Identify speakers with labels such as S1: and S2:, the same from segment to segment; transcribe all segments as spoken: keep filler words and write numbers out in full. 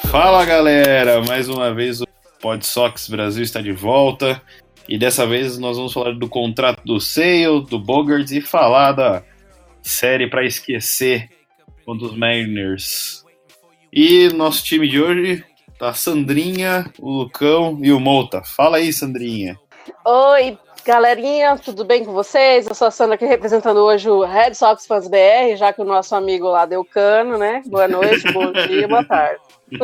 S1: Fala galera, mais uma vez o Pod Sox Brasil está de volta e dessa vez nós vamos falar do contrato do Sale, do Bogaerts e falar da série para esquecer contra os Mariners. E nosso time de hoje tá a Sandrinha, o Lucão e o Mouta. Fala aí, Sandrinha.
S2: Oi, galerinha, tudo bem com vocês? Eu sou a Sandra aqui representando hoje o Red Sox Fans B R, já que o nosso amigo lá deu cano, né? Boa noite, bom dia, boa tarde.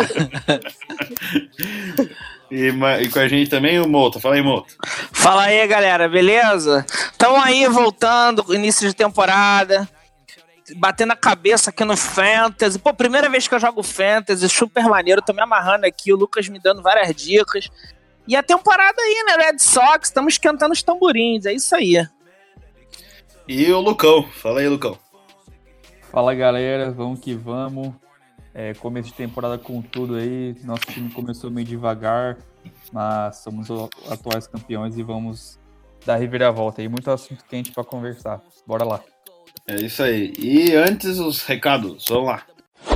S1: e, e com a gente também o Mouta. Fala aí, Mouta.
S3: Fala aí, galera, beleza? Estamos aí voltando, início de temporada, batendo a cabeça aqui no Fantasy. Pô, primeira vez que eu jogo Fantasy, super maneiro, tô me amarrando aqui, o Lucas me dando várias dicas. E a temporada aí, né, Red Sox, estamos esquentando os tamborins, é isso aí.
S1: E o Lucão, fala aí, Lucão.
S4: Fala, galera, vamos que vamos. É, começo de temporada com tudo aí, nosso time começou meio devagar, mas somos os atuais campeões e vamos dar reviravolta aí, muito assunto quente para conversar. Bora lá.
S1: É isso aí. E antes os recados, vamos lá.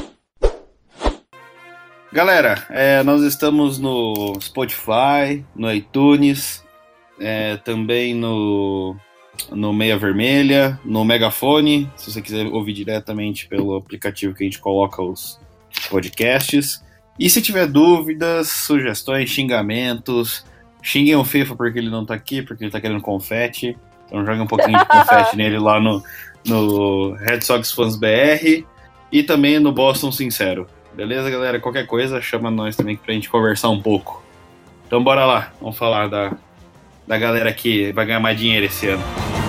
S1: Galera, é, nós estamos no Spotify, no iTunes, é, também no, no Meia Vermelha, no Megafone, se você quiser ouvir diretamente pelo aplicativo que a gente coloca os podcasts. E se tiver dúvidas, sugestões, xingamentos, xinguem o FIFA porque ele não tá aqui, porque ele tá querendo confete. Então joga um pouquinho de confete nele lá no, no Red Sox Fans B R e também no Boston Sincero. Beleza, galera? Qualquer coisa, chama nós também pra gente conversar um pouco. Então bora lá, vamos falar da, da galera que vai ganhar mais dinheiro esse ano.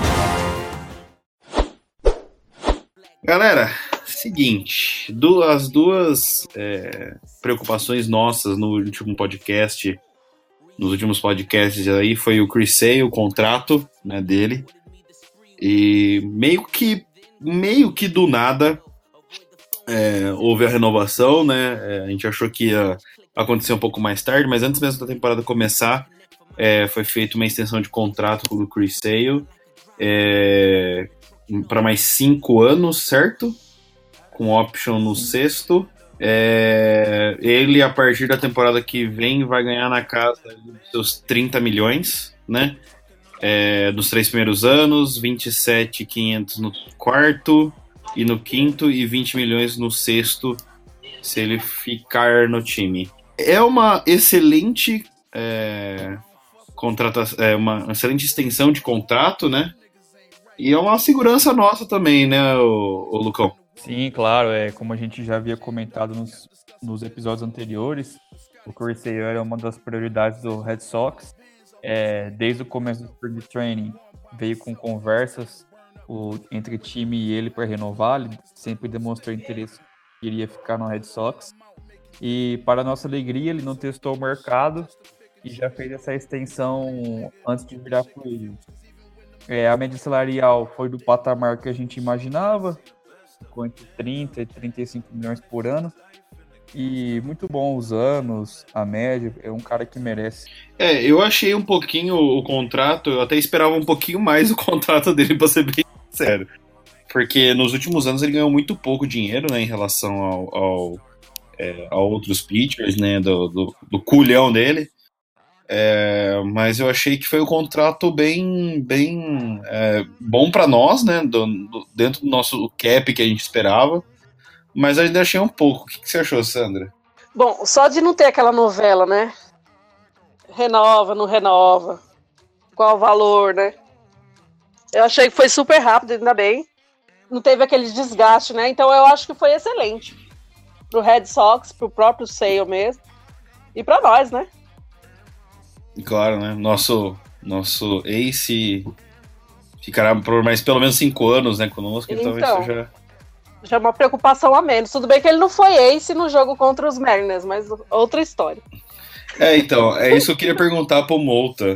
S1: Galera, seguinte, do, as duas é, preocupações nossas no último podcast, nos últimos podcasts aí, foi o Chris Sale, o contrato, né, dele. E meio que, meio que do nada... É, houve a renovação, né? É, a gente achou que ia acontecer um pouco mais tarde, mas antes mesmo da temporada começar, é, foi feita uma extensão de contrato com o Chris Sale é, para mais cinco anos, certo? Com option no sexto. É, ele, a partir da temporada que vem, vai ganhar na casa dos seus trinta milhões, né? É, nos três primeiros anos, vinte e sete mil e quinhentos no quarto e no quinto e vinte milhões no sexto se ele ficar no time. É uma excelente é, contrata, é uma excelente extensão de contrato, né? E é uma segurança nossa também, né, o, o Lucão?
S4: Sim, claro, é como a gente já havia comentado nos, nos episódios anteriores, o Chris Sale era uma das prioridades do Red Sox. É, desde o começo do Spring Training veio com conversas O, entre time e ele para renovar, ele sempre demonstrou interesse que iria ficar no Red Sox. E, para nossa alegria, ele não testou o mercado e já fez essa extensão antes de virar free agent. É, a média salarial foi do patamar que a gente imaginava, ficou entre trinta e trinta e cinco milhões por ano. E muito bom os anos, a média, é um cara que merece.
S1: É, eu achei um pouquinho o contrato, eu até esperava um pouquinho mais o contrato dele, pra ser bem sério. Porque nos últimos anos ele ganhou muito pouco dinheiro, né, em relação ao, ao, é, a outros pitchers, né, do, do, do culhão dele. É, mas eu achei que foi um contrato bem, bem é, bom pra nós, né, do, do, dentro do nosso cap que a gente esperava. Mas eu ainda achei um pouco. O que, que você achou, Sandra?
S2: Bom, só de não ter aquela novela, né? Renova, não renova. Qual o valor, né? Eu achei que foi super rápido, ainda bem. Não teve aquele desgaste, né? Então eu acho que foi excelente. Pro Red Sox, pro próprio Sale mesmo. E pra nós, né?
S1: Claro, né? Nosso, nosso ace ficará por mais pelo menos cinco anos, né? Conosco, então, então isso já...
S2: Já é uma preocupação a menos. Tudo bem que ele não foi ace no jogo contra os Mariners, mas outra história.
S1: É, então, é isso que eu queria perguntar pro Mouta.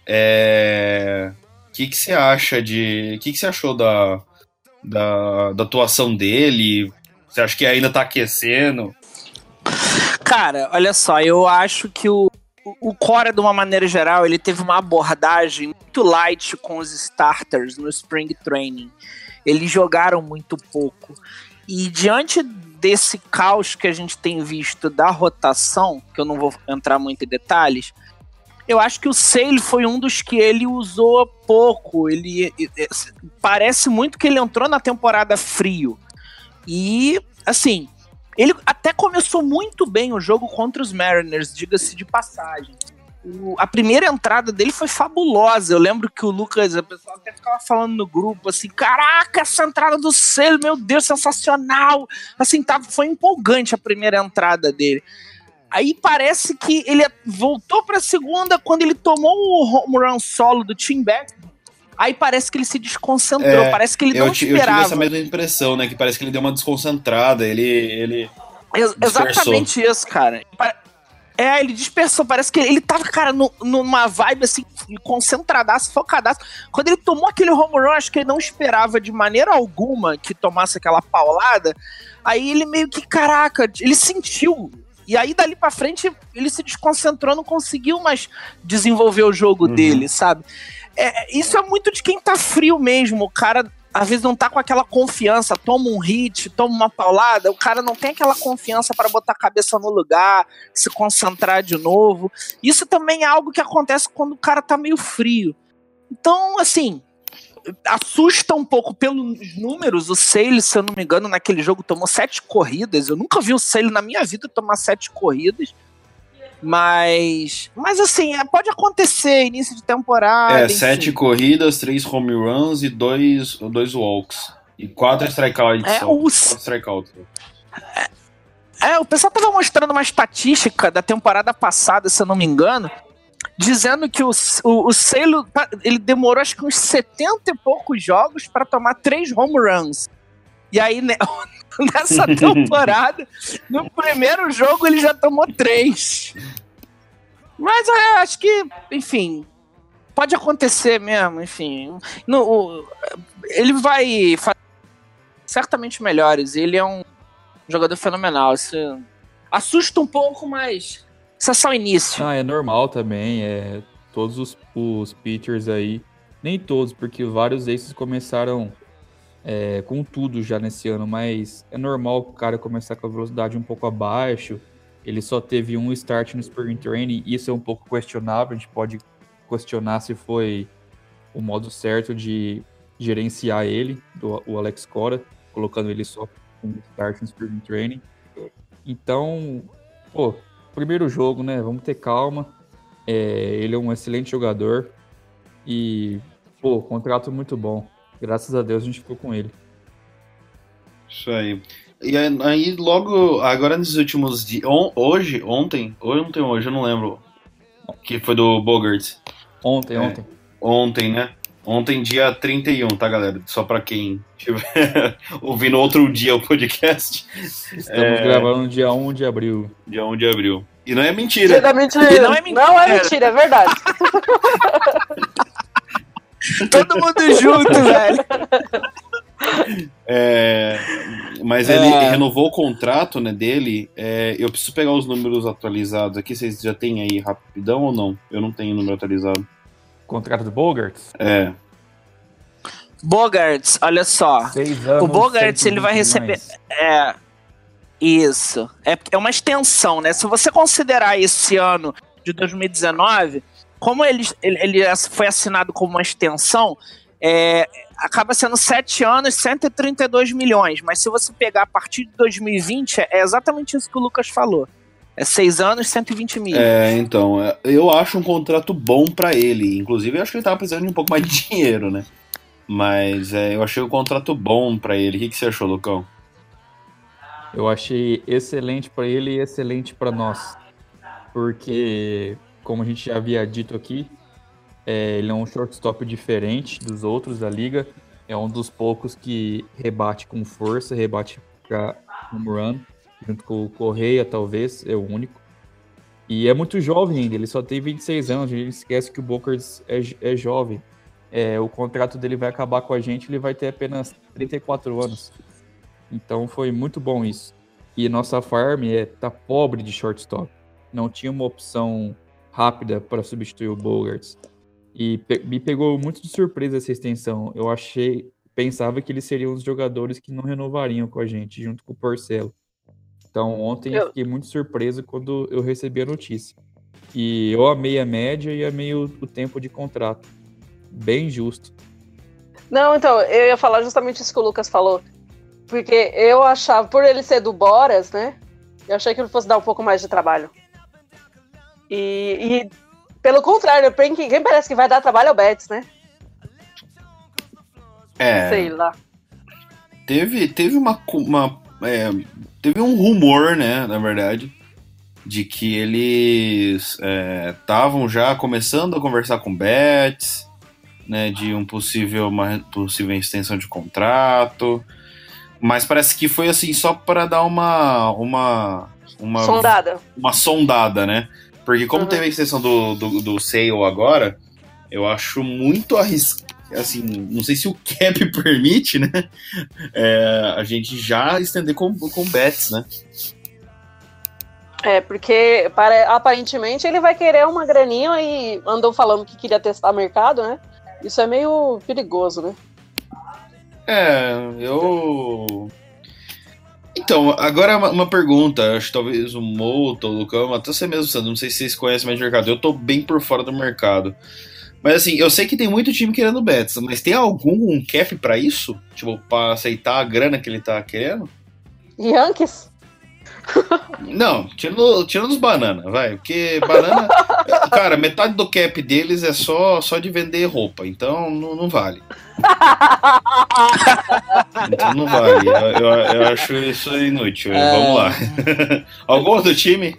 S1: É... O que, que você acha de... O que, que você achou da, da, da atuação dele? Você acha que ainda tá aquecendo?
S3: Cara, olha só, eu acho que o, o Cora, de uma maneira geral, ele teve uma abordagem muito light com os starters no Spring Training. Eles jogaram muito pouco. E diante desse caos que a gente tem visto da rotação, que eu não vou entrar muito em detalhes, eu acho que o Sale foi um dos que ele usou pouco. Ele parece muito que ele entrou na temporada frio. E, assim, ele até começou muito bem o jogo contra os Mariners, diga-se de passagem. O, a primeira entrada dele foi fabulosa. Eu lembro que o Lucas, a pessoa até ficava falando no grupo assim, caraca, essa entrada do Sale, meu Deus, sensacional. Assim, tá, foi empolgante a primeira entrada dele. Aí parece que ele voltou pra segunda quando ele tomou o home run solo do Tim Beck. Aí parece que ele se desconcentrou, é, parece que ele não
S1: eu,
S3: esperava. Eu
S1: tive essa mesma impressão, né? Que parece que ele deu uma desconcentrada, ele... ele
S3: Ex- exatamente isso, cara. É, ele dispersou, parece que ele, ele tava, cara, no, numa vibe, assim, concentradaço, focadaço. Quando ele tomou aquele home run, acho que ele não esperava de maneira alguma que tomasse aquela paulada. Aí ele meio que, caraca, ele sentiu... E aí, dali pra frente, ele se desconcentrou, não conseguiu mais desenvolver o jogo uhum. dele, sabe? É, isso é muito de quem tá frio mesmo. O cara, às vezes, não tá com aquela confiança. Toma um hit, toma uma paulada. O cara não tem aquela confiança para botar a cabeça no lugar, se concentrar de novo. Isso também é algo que acontece quando o cara tá meio frio. Então, assim... assusta um pouco pelos números. O Sale, se eu não me engano, naquele jogo tomou sete corridas. Eu nunca vi o Sale na minha vida tomar sete corridas. Mas, mas assim, pode acontecer, início de temporada.
S1: É,
S3: enfim.
S1: sete corridas, três home runs e dois, dois walks. E quatro strikeouts.
S3: É,
S1: só.
S3: o...
S1: Quatro strikeouts.
S3: É, é, o pessoal tava mostrando uma estatística da temporada passada, se eu não me engano, dizendo que o, o, o Sale, ele demorou acho que uns setenta e poucos jogos para tomar três home runs. E aí, né, nessa temporada, no primeiro jogo ele já tomou três. Mas eu acho que, enfim, pode acontecer mesmo, enfim. No, o, ele vai fazer certamente melhores. Ele é um jogador fenomenal. Isso assusta um pouco, mas... isso é só o início.
S4: Ah, é normal também, é, todos os, os pitchers aí, nem todos, porque vários desses começaram é, com tudo já nesse ano, mas é normal o cara começar com a velocidade um pouco abaixo, ele só teve um start no Spring Training, isso é um pouco questionável, a gente pode questionar se foi o modo certo de gerenciar ele, do, o Alex Cora, colocando ele só com um start no Spring Training. Então, pô, primeiro jogo, né? Vamos ter calma. É, ele é um excelente jogador. E, pô, contrato muito bom. Graças a Deus a gente ficou com ele.
S1: Isso aí. E aí, logo, agora nesses últimos dias. On, hoje, ontem, ou ontem, hoje, eu não lembro. Que foi do Bogaerts.
S4: Ontem,
S1: é,
S4: ontem.
S1: Ontem, né? Ontem, dia trinta e um, tá, galera? Só pra quem estiver ouvindo outro dia o podcast.
S4: Estamos é... gravando no dia um de abril.
S1: Dia um de abril. E não é mentira.
S2: Não é mentira. Não é mentira, não é, mentira, é verdade.
S3: Todo mundo junto, velho.
S1: É, mas
S3: é.
S1: ele renovou o contrato, né, dele. É, eu preciso pegar os números atualizados aqui. Vocês já têm aí rapidão ou não? Eu não tenho o número atualizado.
S4: Contrato do Bogaerts?
S1: É.
S3: Bogaerts, olha só.
S4: Anos,
S3: o Bogaerts, ele vai receber... É, isso. É, é uma extensão, né? Se você considerar esse ano de dois mil e dezenove, como ele, ele, ele foi assinado como uma extensão, é, acaba sendo sete anos, cento e trinta e dois milhões. Mas se você pegar a partir de dois mil e vinte, é exatamente isso que o Lucas falou. É seis anos, cento e vinte milhões.
S1: É, então, eu acho um contrato bom pra ele. Inclusive, eu acho que ele tava precisando de um pouco mais de dinheiro, né? Mas é, eu achei o contrato bom pra ele. O que, que você achou, Lucão?
S4: Eu achei excelente pra ele e excelente pra nós. Porque, como a gente já havia dito aqui, é, ele é um shortstop diferente dos outros da liga. É um dos poucos que rebate com força, rebate pra home run. Junto com o Correia, talvez, é o único. E é muito jovem ainda, ele só tem vinte e seis anos, a gente esquece que o Bogaerts é, é jovem. É, o contrato dele vai acabar com a gente, ele vai ter apenas trinta e quatro anos. Então foi muito bom isso. E nossa farm é, tá pobre de shortstop. Não tinha uma opção rápida para substituir o Bogaerts. E pe- me pegou muito de surpresa essa extensão. Eu achei, pensava que ele seria um dos jogadores que não renovariam com a gente, junto com o Porcello. Então ontem
S2: Eu-
S4: eu fiquei muito surpreso quando eu recebi a notícia. E eu amei a média e amei o, o tempo de contrato. Bem justo.
S2: Não, então, eu ia falar justamente isso que o Lucas falou. Porque eu achava, por ele ser do Boras, né? Eu achei que ele fosse dar um pouco mais de trabalho. E, e pelo contrário, quem, quem parece que vai dar trabalho é o Betts, né?
S1: É,
S2: Sei lá.
S1: teve, teve uma, uma é, teve um rumor, né, na verdade, de que eles estavam já começando a conversar com o Betts, né, de um possível, uma possível extensão de contrato, mas parece que foi assim só para dar uma uma uma
S2: Sondada.
S1: uma sondada, né? Porque como
S2: Uhum.
S1: teve a extensão do, do, do Sale agora, eu acho muito arriscado, assim, não sei se o cap permite, né? É, a gente já estender com, com bets, né?
S2: É, porque para, aparentemente ele vai querer uma graninha e andou falando que queria testar mercado, né? Isso é meio perigoso, né?
S1: É, eu... Então, agora uma, uma pergunta, acho que talvez o Mouto, o Lucão, até você mesmo, Sandro, não sei se vocês conhecem mais de mercado, eu tô bem por fora do mercado. Mas assim, eu sei que tem muito time querendo bets, mas tem algum cap pra isso? Tipo, pra aceitar a grana que ele tá querendo?
S2: Yankees?
S1: Não, tirando, tirando os banana, vai, porque banana, cara, metade do cap deles é só, só de vender roupa, então não, não vale. Então não vale, eu, eu, eu acho isso inútil,
S3: É.
S1: vamos lá. Algum outro time?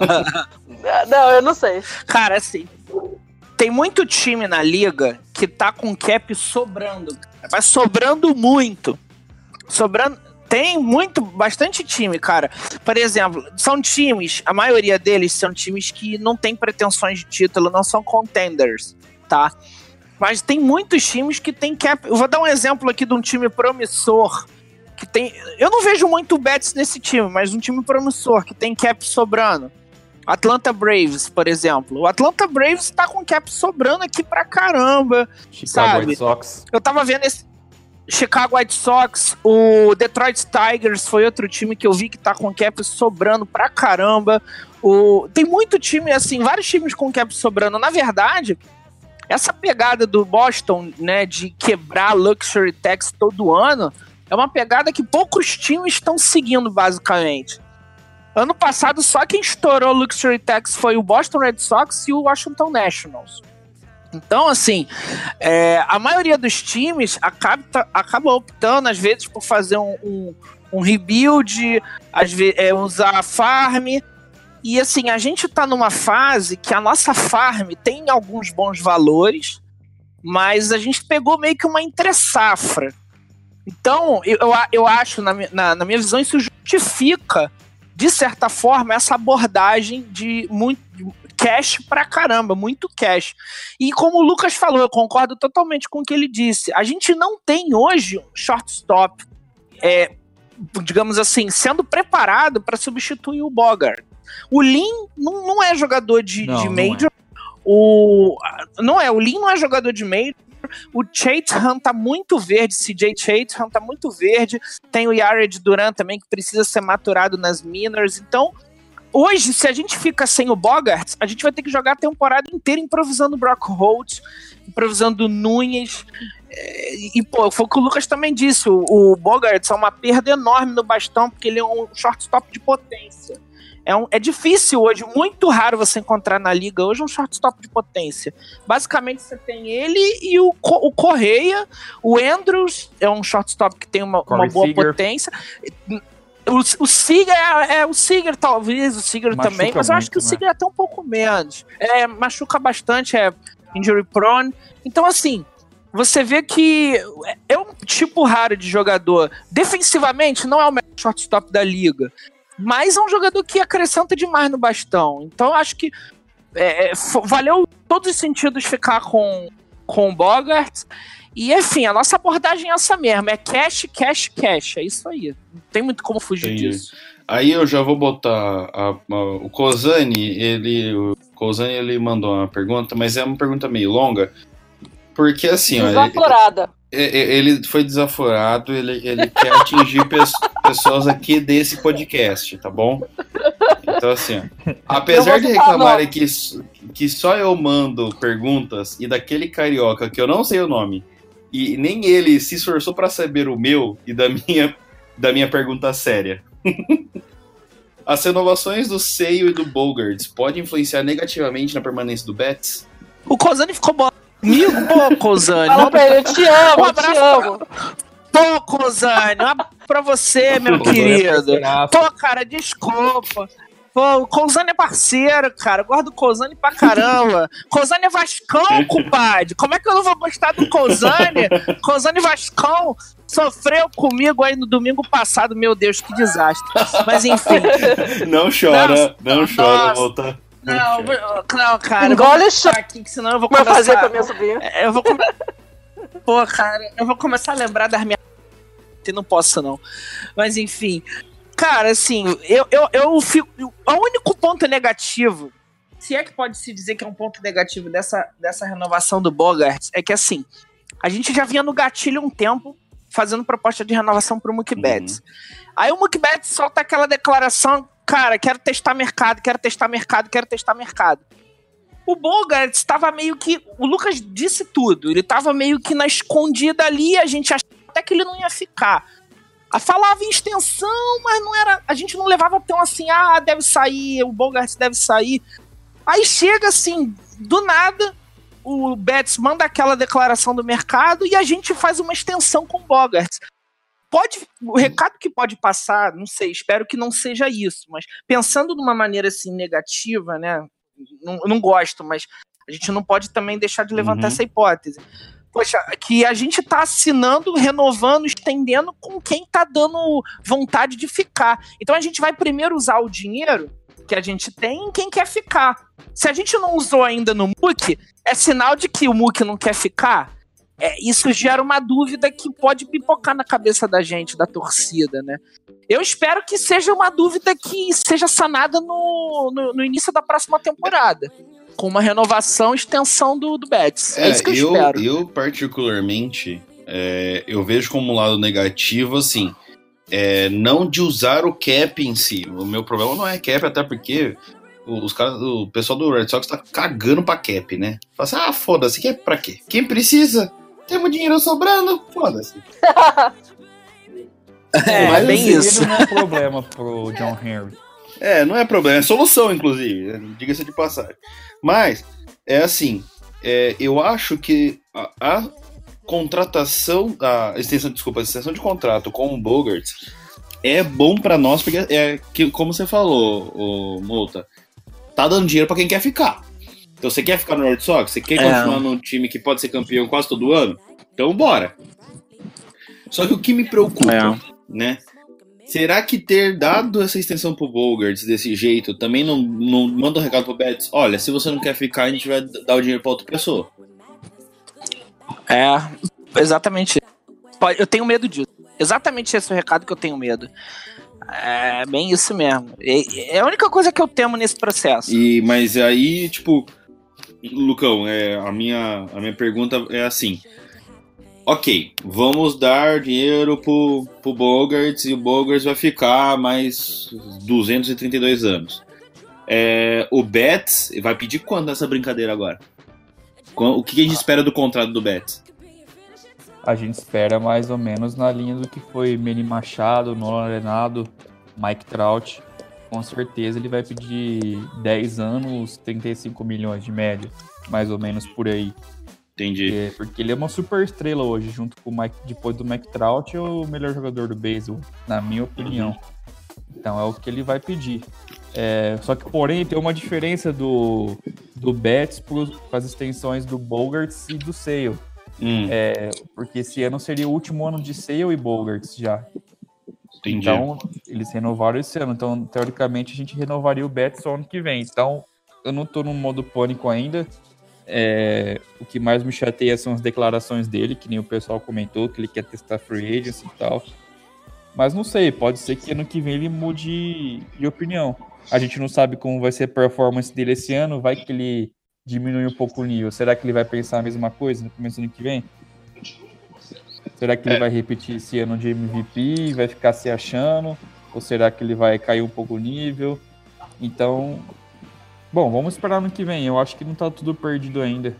S2: Não, eu não sei.
S3: Cara, assim, tem muito time na liga que tá com cap sobrando. Vai sobrando muito. Sobrando. Tem muito, bastante time, cara. Por exemplo, são times, a maioria deles são times que não tem pretensões de título, não são contenders, tá? Mas tem muitos times que tem cap. Eu vou dar um exemplo aqui de um time promissor que tem. Eu não vejo muito bets nesse time, mas um time promissor que tem cap sobrando. Atlanta Braves, por exemplo. O Atlanta Braves tá com cap sobrando aqui pra caramba.
S4: Chicago
S3: Sabe?
S4: White Sox.
S3: Eu tava vendo esse Chicago White Sox, o Detroit Tigers foi outro time que eu vi que tá com cap sobrando pra caramba. O... Tem muito time, assim, vários times com cap sobrando. Na verdade, essa pegada do Boston, né, de quebrar Luxury Tax todo ano, é uma pegada que poucos times estão seguindo, basicamente. Ano passado, só quem estourou Luxury Tax foi o Boston Red Sox e o Washington Nationals. Então, assim, é, a maioria dos times acaba, acaba optando, às vezes, por fazer um, um, um rebuild, às vezes, é, usar a farm. E, assim, a gente tá numa fase que a nossa farm tem alguns bons valores, mas a gente pegou meio que uma entre-safra. Então, eu, eu acho, na, na, na minha visão, isso justifica, de certa forma, essa abordagem de muito cash pra caramba, muito cash. E como o Lucas falou, eu concordo totalmente com o que ele disse. A gente não tem hoje um shortstop, é, digamos assim, sendo preparado para substituir o Bogart. O Lin não, não é jogador de,
S4: Não,
S3: de
S4: não
S3: Major. O, não é, o Lin não é jogador de Major. O Chatham tá muito verde, C J Chatham tá muito verde. Tem o Yared Duran também, que precisa ser maturado nas minors. Então, hoje, se a gente fica sem o Bogart, a gente vai ter que jogar a temporada inteira improvisando o Brock Holt, improvisando o Nunes. E, pô, foi o que o Lucas também disse, o, o Bogart é uma perda enorme no bastão, porque ele é um shortstop de potência. É, um, é difícil hoje, muito raro você encontrar na liga hoje um shortstop de potência. Basicamente você tem ele e o, o Correia, o Andrews é um shortstop que tem uma, uma boa
S4: Seager.
S3: potência. O, o Seager é, é o Seager talvez, o Seager
S4: Machuca
S3: também, mas eu acho
S4: muito,
S3: que o
S4: né?
S3: Seager é até um pouco menos. É, machuca bastante, é injury prone. Então assim, você vê que é um tipo raro de jogador. Defensivamente não é o melhor shortstop da liga, mas é um jogador que acrescenta demais no bastão. Então eu acho que é, valeu todos os sentidos ficar com, com o Bogart. E, enfim, a nossa abordagem é essa mesmo. É cash, cash, cash. É isso aí. Não tem muito como fugir
S1: Entendi.
S3: disso.
S1: Aí eu já vou botar a, a, o Kozani, ele, o Kozani, ele mandou uma pergunta, mas é uma pergunta meio longa, porque assim, ó, ele,
S2: Desaforada.
S1: Ele foi desaforado, ele, ele quer atingir pe- pessoas aqui desse podcast, tá bom? Então, assim, ó, apesar de reclamarem que, que só eu mando perguntas e daquele carioca que eu não sei o nome, e nem ele se esforçou pra saber o meu e da minha, da minha pergunta séria. As renovações do Sale e do Bogaerts podem influenciar negativamente na permanência do Betts?
S3: O Cozani ficou bom comigo, pô, Cozani.
S2: Fala pra ele, eu te amo,
S3: Um
S2: eu te
S3: abraço
S2: amo.
S3: Pô, Cozani, um abraço pra você, meu querido. Pô, cara, desculpa. Pô, o Cozani é parceiro, cara. Eu gosto do Cozani pra caramba. Cozani é Vascão, compadre. Como é que eu não vou gostar do Cozani? Cozani Vascão sofreu comigo aí no domingo passado. Meu Deus, que desastre. Mas enfim.
S1: Não chora, não,
S3: Nossa,
S1: chora, volta.
S3: Não, não, cara.
S2: Engole o
S3: chá aqui, que senão eu vou
S2: Como
S3: começar...
S2: fazer com a minha sobrinha?
S3: Eu vou come... Pô, cara, eu vou começar a lembrar das minhas... Não posso, não. Mas, enfim. Cara, assim, eu, eu, eu fico... O único ponto negativo, se é que pode se dizer que é um ponto negativo dessa, dessa renovação do Bogaerts, é que, assim, a gente já vinha no gatilho um tempo fazendo proposta de renovação pro Mookie Betts. Uhum. Aí o Mookie Betts solta aquela declaração... Cara, quero testar mercado, quero testar mercado, quero testar mercado. O Bogaerts estava meio que... O Lucas disse tudo. Ele estava meio que na escondida ali, a gente achava até que ele não ia ficar. A falava em extensão, mas não era... A gente não levava tão assim, ah, deve sair, o Bogaerts deve sair. Aí chega assim, do nada, o Betts manda aquela declaração do mercado e a gente faz uma extensão com o Bogaerts. Pode, o recado que pode passar, não sei, espero que não seja isso, mas pensando de uma maneira assim negativa, né, não, não gosto, mas a gente não pode também deixar de levantar uhum. essa hipótese. Poxa, que a gente tá assinando, renovando, estendendo com quem tá dando vontade de ficar. Então a gente vai primeiro usar o dinheiro que a gente tem em quem quer ficar. Se a gente não usou ainda no Mookie, é sinal de que o Mookie não quer ficar? É, isso gera uma dúvida que pode pipocar na cabeça da gente, da torcida, né? Eu espero que seja uma dúvida que seja sanada no, no, no início da próxima temporada, com uma renovação e extensão do, do Betts. É, é isso que eu, eu espero.
S1: Eu, particularmente, é, eu vejo como um lado negativo, assim, é, não de usar o cap em si. O meu problema não é cap, até porque os caras, o pessoal do Red Sox tá cagando pra cap, né? Fala assim, ah, foda-se, cap pra quê? Quem precisa... Temos dinheiro sobrando, foda-se.
S3: É, mas bem isso.
S4: Não é problema pro John Henry.
S1: É, não é problema, é solução, inclusive, diga-se de passagem. Mas, é assim, é, eu acho que a, a contratação, a extensão, desculpa, a extensão de contrato com o Bogaerts é bom pra nós, porque é que, como você falou, o Mouta, tá dando dinheiro pra quem quer ficar. Então você quer ficar no Red Sox? Você quer é. continuar num time que pode ser campeão quase todo ano? Então bora. Só que o que me preocupa, é. né? Será que ter dado essa extensão pro Bogaerts desse jeito também não, não manda um recado pro Betts? Olha, se você não quer ficar, a gente vai dar o dinheiro pra outra pessoa.
S3: É, exatamente. Eu tenho medo disso. Exatamente esse é o recado que eu tenho medo. É bem isso mesmo. É a única coisa que eu temo nesse processo.
S1: E, mas aí, tipo... Lucão, é, a, minha, a minha pergunta é assim: ok, vamos dar dinheiro pro, pro Bogaerts e o Bogaerts vai ficar mais duzentos e trinta e dois anos. É, o Betts vai pedir quanto nessa brincadeira agora? O que a gente espera do contrato do Betts?
S4: A gente espera mais ou menos na linha do que foi Manny Machado, Nolan Arenado, Mike Trout. Com certeza ele vai pedir dez anos, trinta e cinco milhões de média, mais ou menos por aí.
S1: Entendi.
S4: É, porque ele é uma super estrela hoje, junto com o Mike, depois do Mike Trout, é o melhor jogador do beisebol, na minha opinião. Então é o que ele vai pedir. É, só que, porém, tem uma diferença do, do Betts para as extensões do Bogaerts e do Sale.
S1: Hum.
S4: É, porque esse ano seria o último ano de Sale e Bogaerts já.
S1: Entendi.
S4: Então, eles renovaram esse ano. Então, teoricamente, a gente renovaria o Betts só ano que vem. Então, eu não tô no modo pânico ainda. É, o que mais me chateia são as declarações dele, que nem o pessoal comentou, que ele quer testar free agents e tal. Mas não sei, pode ser que ano que vem ele mude de opinião. A gente não sabe como vai ser a performance dele esse ano, vai que ele diminui um pouco o nível. Será que ele vai pensar a mesma coisa no começo do ano que vem? Será que ele é. vai repetir esse ano de M V P e vai ficar se achando? Ou será que ele vai cair um pouco o nível? Então, bom, vamos esperar no que vem. Eu acho que não tá tudo perdido ainda.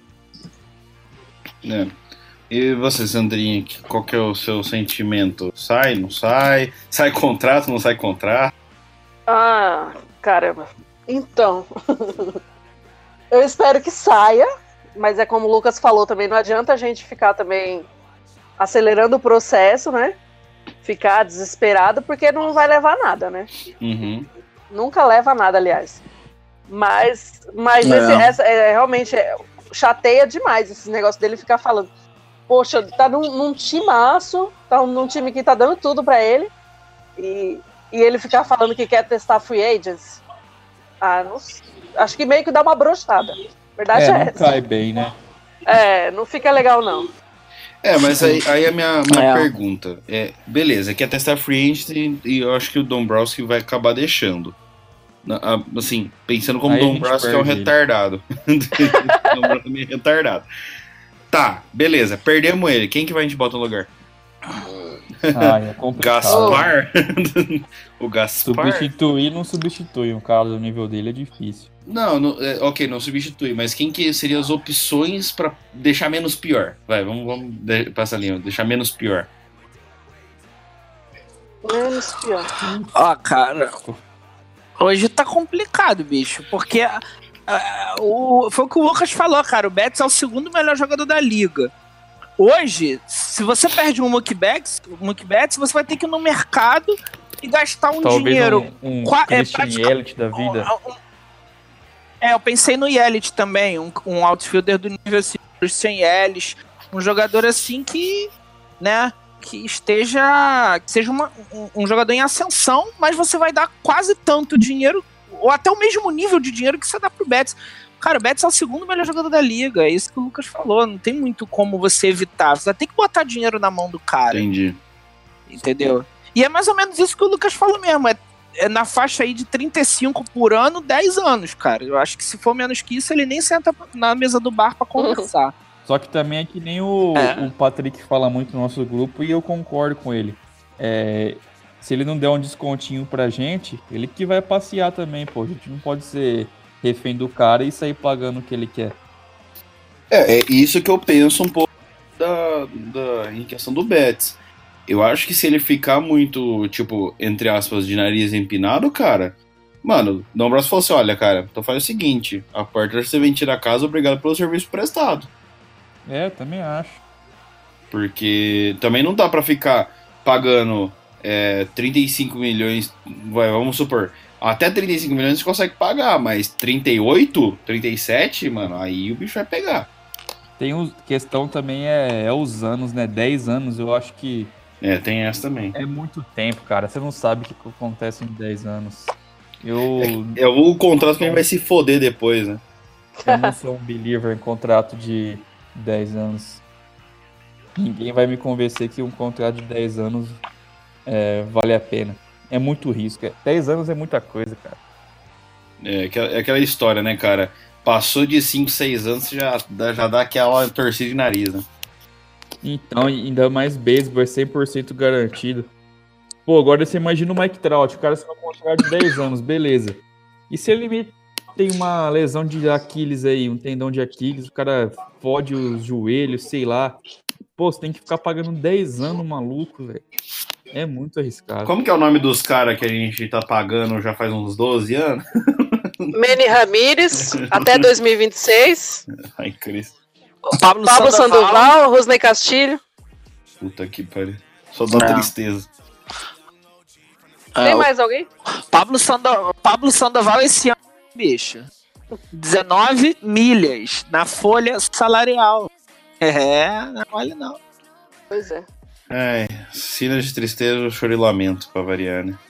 S1: É. E você, Sandrinha, qual que é o seu sentimento? Sai, não sai? Sai contrato, não sai contrato?
S2: Ah, caramba. Então, eu espero que saia, mas é como o Lucas falou também, não adianta a gente ficar também acelerando o processo, né? Ficar desesperado, porque não vai levar a nada, né?
S1: Uhum.
S2: Nunca leva a nada, aliás. Mas, mas
S3: é.
S2: Esse, essa, é, realmente é, chateia demais esse negócio dele ficar falando. Poxa, tá num, num timaço, tá num time que tá dando tudo pra ele, e, e ele ficar falando que quer testar free agents. Ah, não, acho que meio que dá uma broxada. Verdade é,
S4: é não
S2: essa.
S4: cai bem, né?
S2: É, não fica legal, não.
S1: É, mas aí, aí a minha, minha
S3: é.
S1: pergunta é, beleza, quer testar free agent e, e eu acho que o Dombrowski vai acabar deixando. Assim, pensando como o Dombrowski é um retardado. O Dombrowski é meio retardado. Tá, beleza, perdemos ele. Quem que vai a gente bota no lugar?
S4: Ah, é complicado.
S1: Gaspar? O Gaspar?
S4: Substituir não substitui. Um cara do nível dele é difícil.
S1: Não, não é, ok, não substitui, mas quem que seriam as opções pra deixar menos pior? Vai, vamos, vamos de, passar a linha, deixar menos pior.
S2: Menos pior.
S3: Ó, oh, cara, hoje tá complicado, bicho, porque uh, o, foi o que o Lucas falou, cara, o Betts é o segundo melhor jogador da liga. Hoje, se você perde um Mookie Betts, Mookie Betts, você vai ter que ir no mercado e gastar um
S4: Talvez
S3: dinheiro.
S4: um, um
S3: qua-
S4: Christian
S3: é,
S4: Yelich da vida.
S3: Um, um, é, eu pensei no Yelich também, um, um outfielder do nível assim, Christian Yelich, um jogador assim que, né, que esteja, que seja uma, um, um jogador em ascensão, mas você vai dar quase tanto dinheiro, ou até o mesmo nível de dinheiro que você dá pro Betts. Cara, o Betts é o segundo melhor jogador da liga, é isso que o Lucas falou, não tem muito como você evitar, você vai ter que botar dinheiro na mão do cara.
S1: Entendi.
S3: Entendeu? E é mais ou menos isso que o Lucas falou mesmo, é, é na faixa aí de trinta e cinco por ano, dez anos, cara. Eu acho que se for menos que isso, ele nem senta na mesa do bar pra conversar.
S4: Só que também é que nem o,
S3: É.
S4: o Patrick fala muito no nosso grupo e eu concordo com ele. É, se ele não der um descontinho pra gente, ele que vai passear também, pô. A gente não pode ser refém do cara e sair pagando o que ele quer.
S1: É, é isso que eu penso um pouco da, da, em questão do Betts. Eu acho que se ele ficar muito, tipo, entre aspas, de nariz empinado, cara, mano, o Dombrowski falou assim, olha, cara, então faz o seguinte, a porta você vem tirar a casa, obrigado pelo serviço prestado.
S4: É, também acho.
S1: Porque também não dá pra ficar pagando é, trinta e cinco milhões, vai, vamos supor, até trinta e cinco milhões você consegue pagar, mas trinta e oito, trinta e sete, mano, aí o bicho vai pegar.
S4: Tem um, questão também é, é os anos, né? dez anos, eu acho que
S1: É, tem essa também.
S4: é muito tempo, cara. Você não sabe o que acontece em dez anos. Eu,
S1: É, é o contrato que a gente vai se foder depois, né?
S4: eu não sou um believer em contrato de dez anos. Ninguém vai me convencer que um contrato de dez anos é, vale a pena. É muito risco. dez anos é muita coisa, cara.
S1: É, é aquela história, né, cara? Passou de cinco, seis anos, já dá, já dá aquela torcida de nariz, né?
S4: Então, ainda mais beisebol é cem por cento garantido. Pô, agora você imagina o Mike Trout, o cara se vai contratar de dez anos, beleza. E se ele tem uma lesão de Aquiles aí, um tendão de Aquiles, o cara fode os joelhos, sei lá. Pô, você tem que ficar pagando dez anos, maluco, velho. É muito arriscado.
S1: Como que é o nome dos caras que a gente tá pagando já faz uns doze anos?
S2: Manny Ramírez, até dois mil e vinte e seis.
S1: Ai, Cristo.
S3: Pablo,
S2: Pablo
S3: Sandoval.
S2: Sandoval, Rosney Castilho.
S1: Puta que pariu. Só dá
S3: É.
S1: tristeza.
S3: É,
S2: Tem
S3: o
S2: mais alguém?
S3: Pablo, Sando... Pablo Sandoval esse ano, bicho. dezenove milhas na folha salarial. É, não olha não.
S2: Pois é.
S1: Ai, sina de tristeza, choro e lamento, pra variar, né?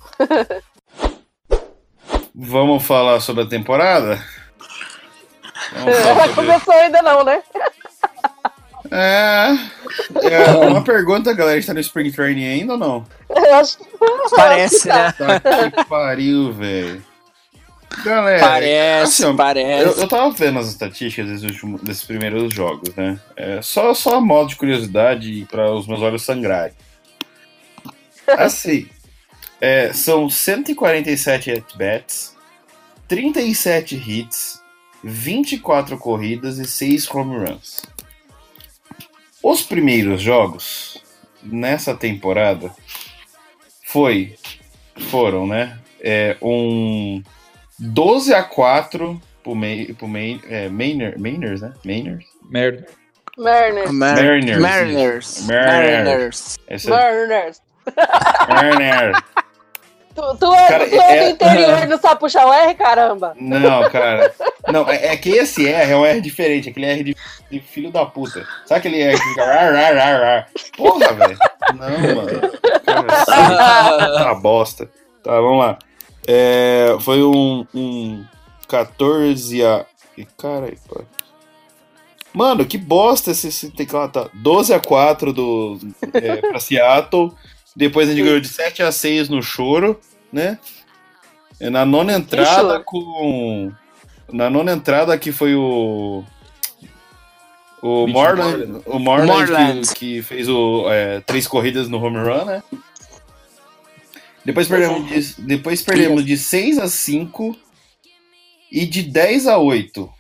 S1: Vamos falar sobre a temporada? Vamos falar
S2: Não
S1: sobre...
S2: começou ainda não, né?
S1: É, é, uma pergunta, galera, a gente tá no Spring Training ainda ou não?
S2: Eu acho que
S3: Parece, né?
S1: Tá que pariu, velho. Galera,
S3: Parece,
S1: assim, ó,
S3: parece.
S1: Eu, eu tava vendo as estatísticas desses, últimos, desses primeiros jogos, né? É, só, só a modo de curiosidade para os meus olhos sangrarem. Assim, é, são cento e quarenta e sete at-bats, trinta e sete hits, vinte e quatro corridas e seis home runs. Os primeiros jogos nessa temporada foi, foram, né? É, um doze a quatro pro, May, pro May, é, Mainer, Mainers, né? Mainers?
S4: Merda.
S2: Mariners.
S1: Mariners.
S3: Mariners.
S1: Mariners.
S3: Mariners.
S2: Mariners.
S1: Mariners.
S2: Tu, tu é,
S1: Cara,
S2: tu é
S1: é-
S2: do interior, não sabe puxar o R, caramba?
S1: Não, cara. Não, é, é que esse R é um R diferente. Aquele R de, de filho da puta. Sabe aquele R que fica... Rar, rar, rar, rar. Porra, velho. Não, mano. Cara, tá bosta. Tá, vamos lá. É, foi um, um quatorze a... Ih, Caralho, pô. Mano, que bosta esse, esse teclado. Tá. doze a quatro do, é, pra Seattle. Depois a gente ganhou de sete a seis no choro, né? E na nona entrada
S2: choro?
S1: com... Na nona entrada que foi o... O
S4: Mitch
S1: Moreland, o Moreland,
S3: Moreland.
S1: Que, que fez o, é, três corridas no home run, né? Depois perdemos, de, depois perdemos de seis a cinco e de dez a oito.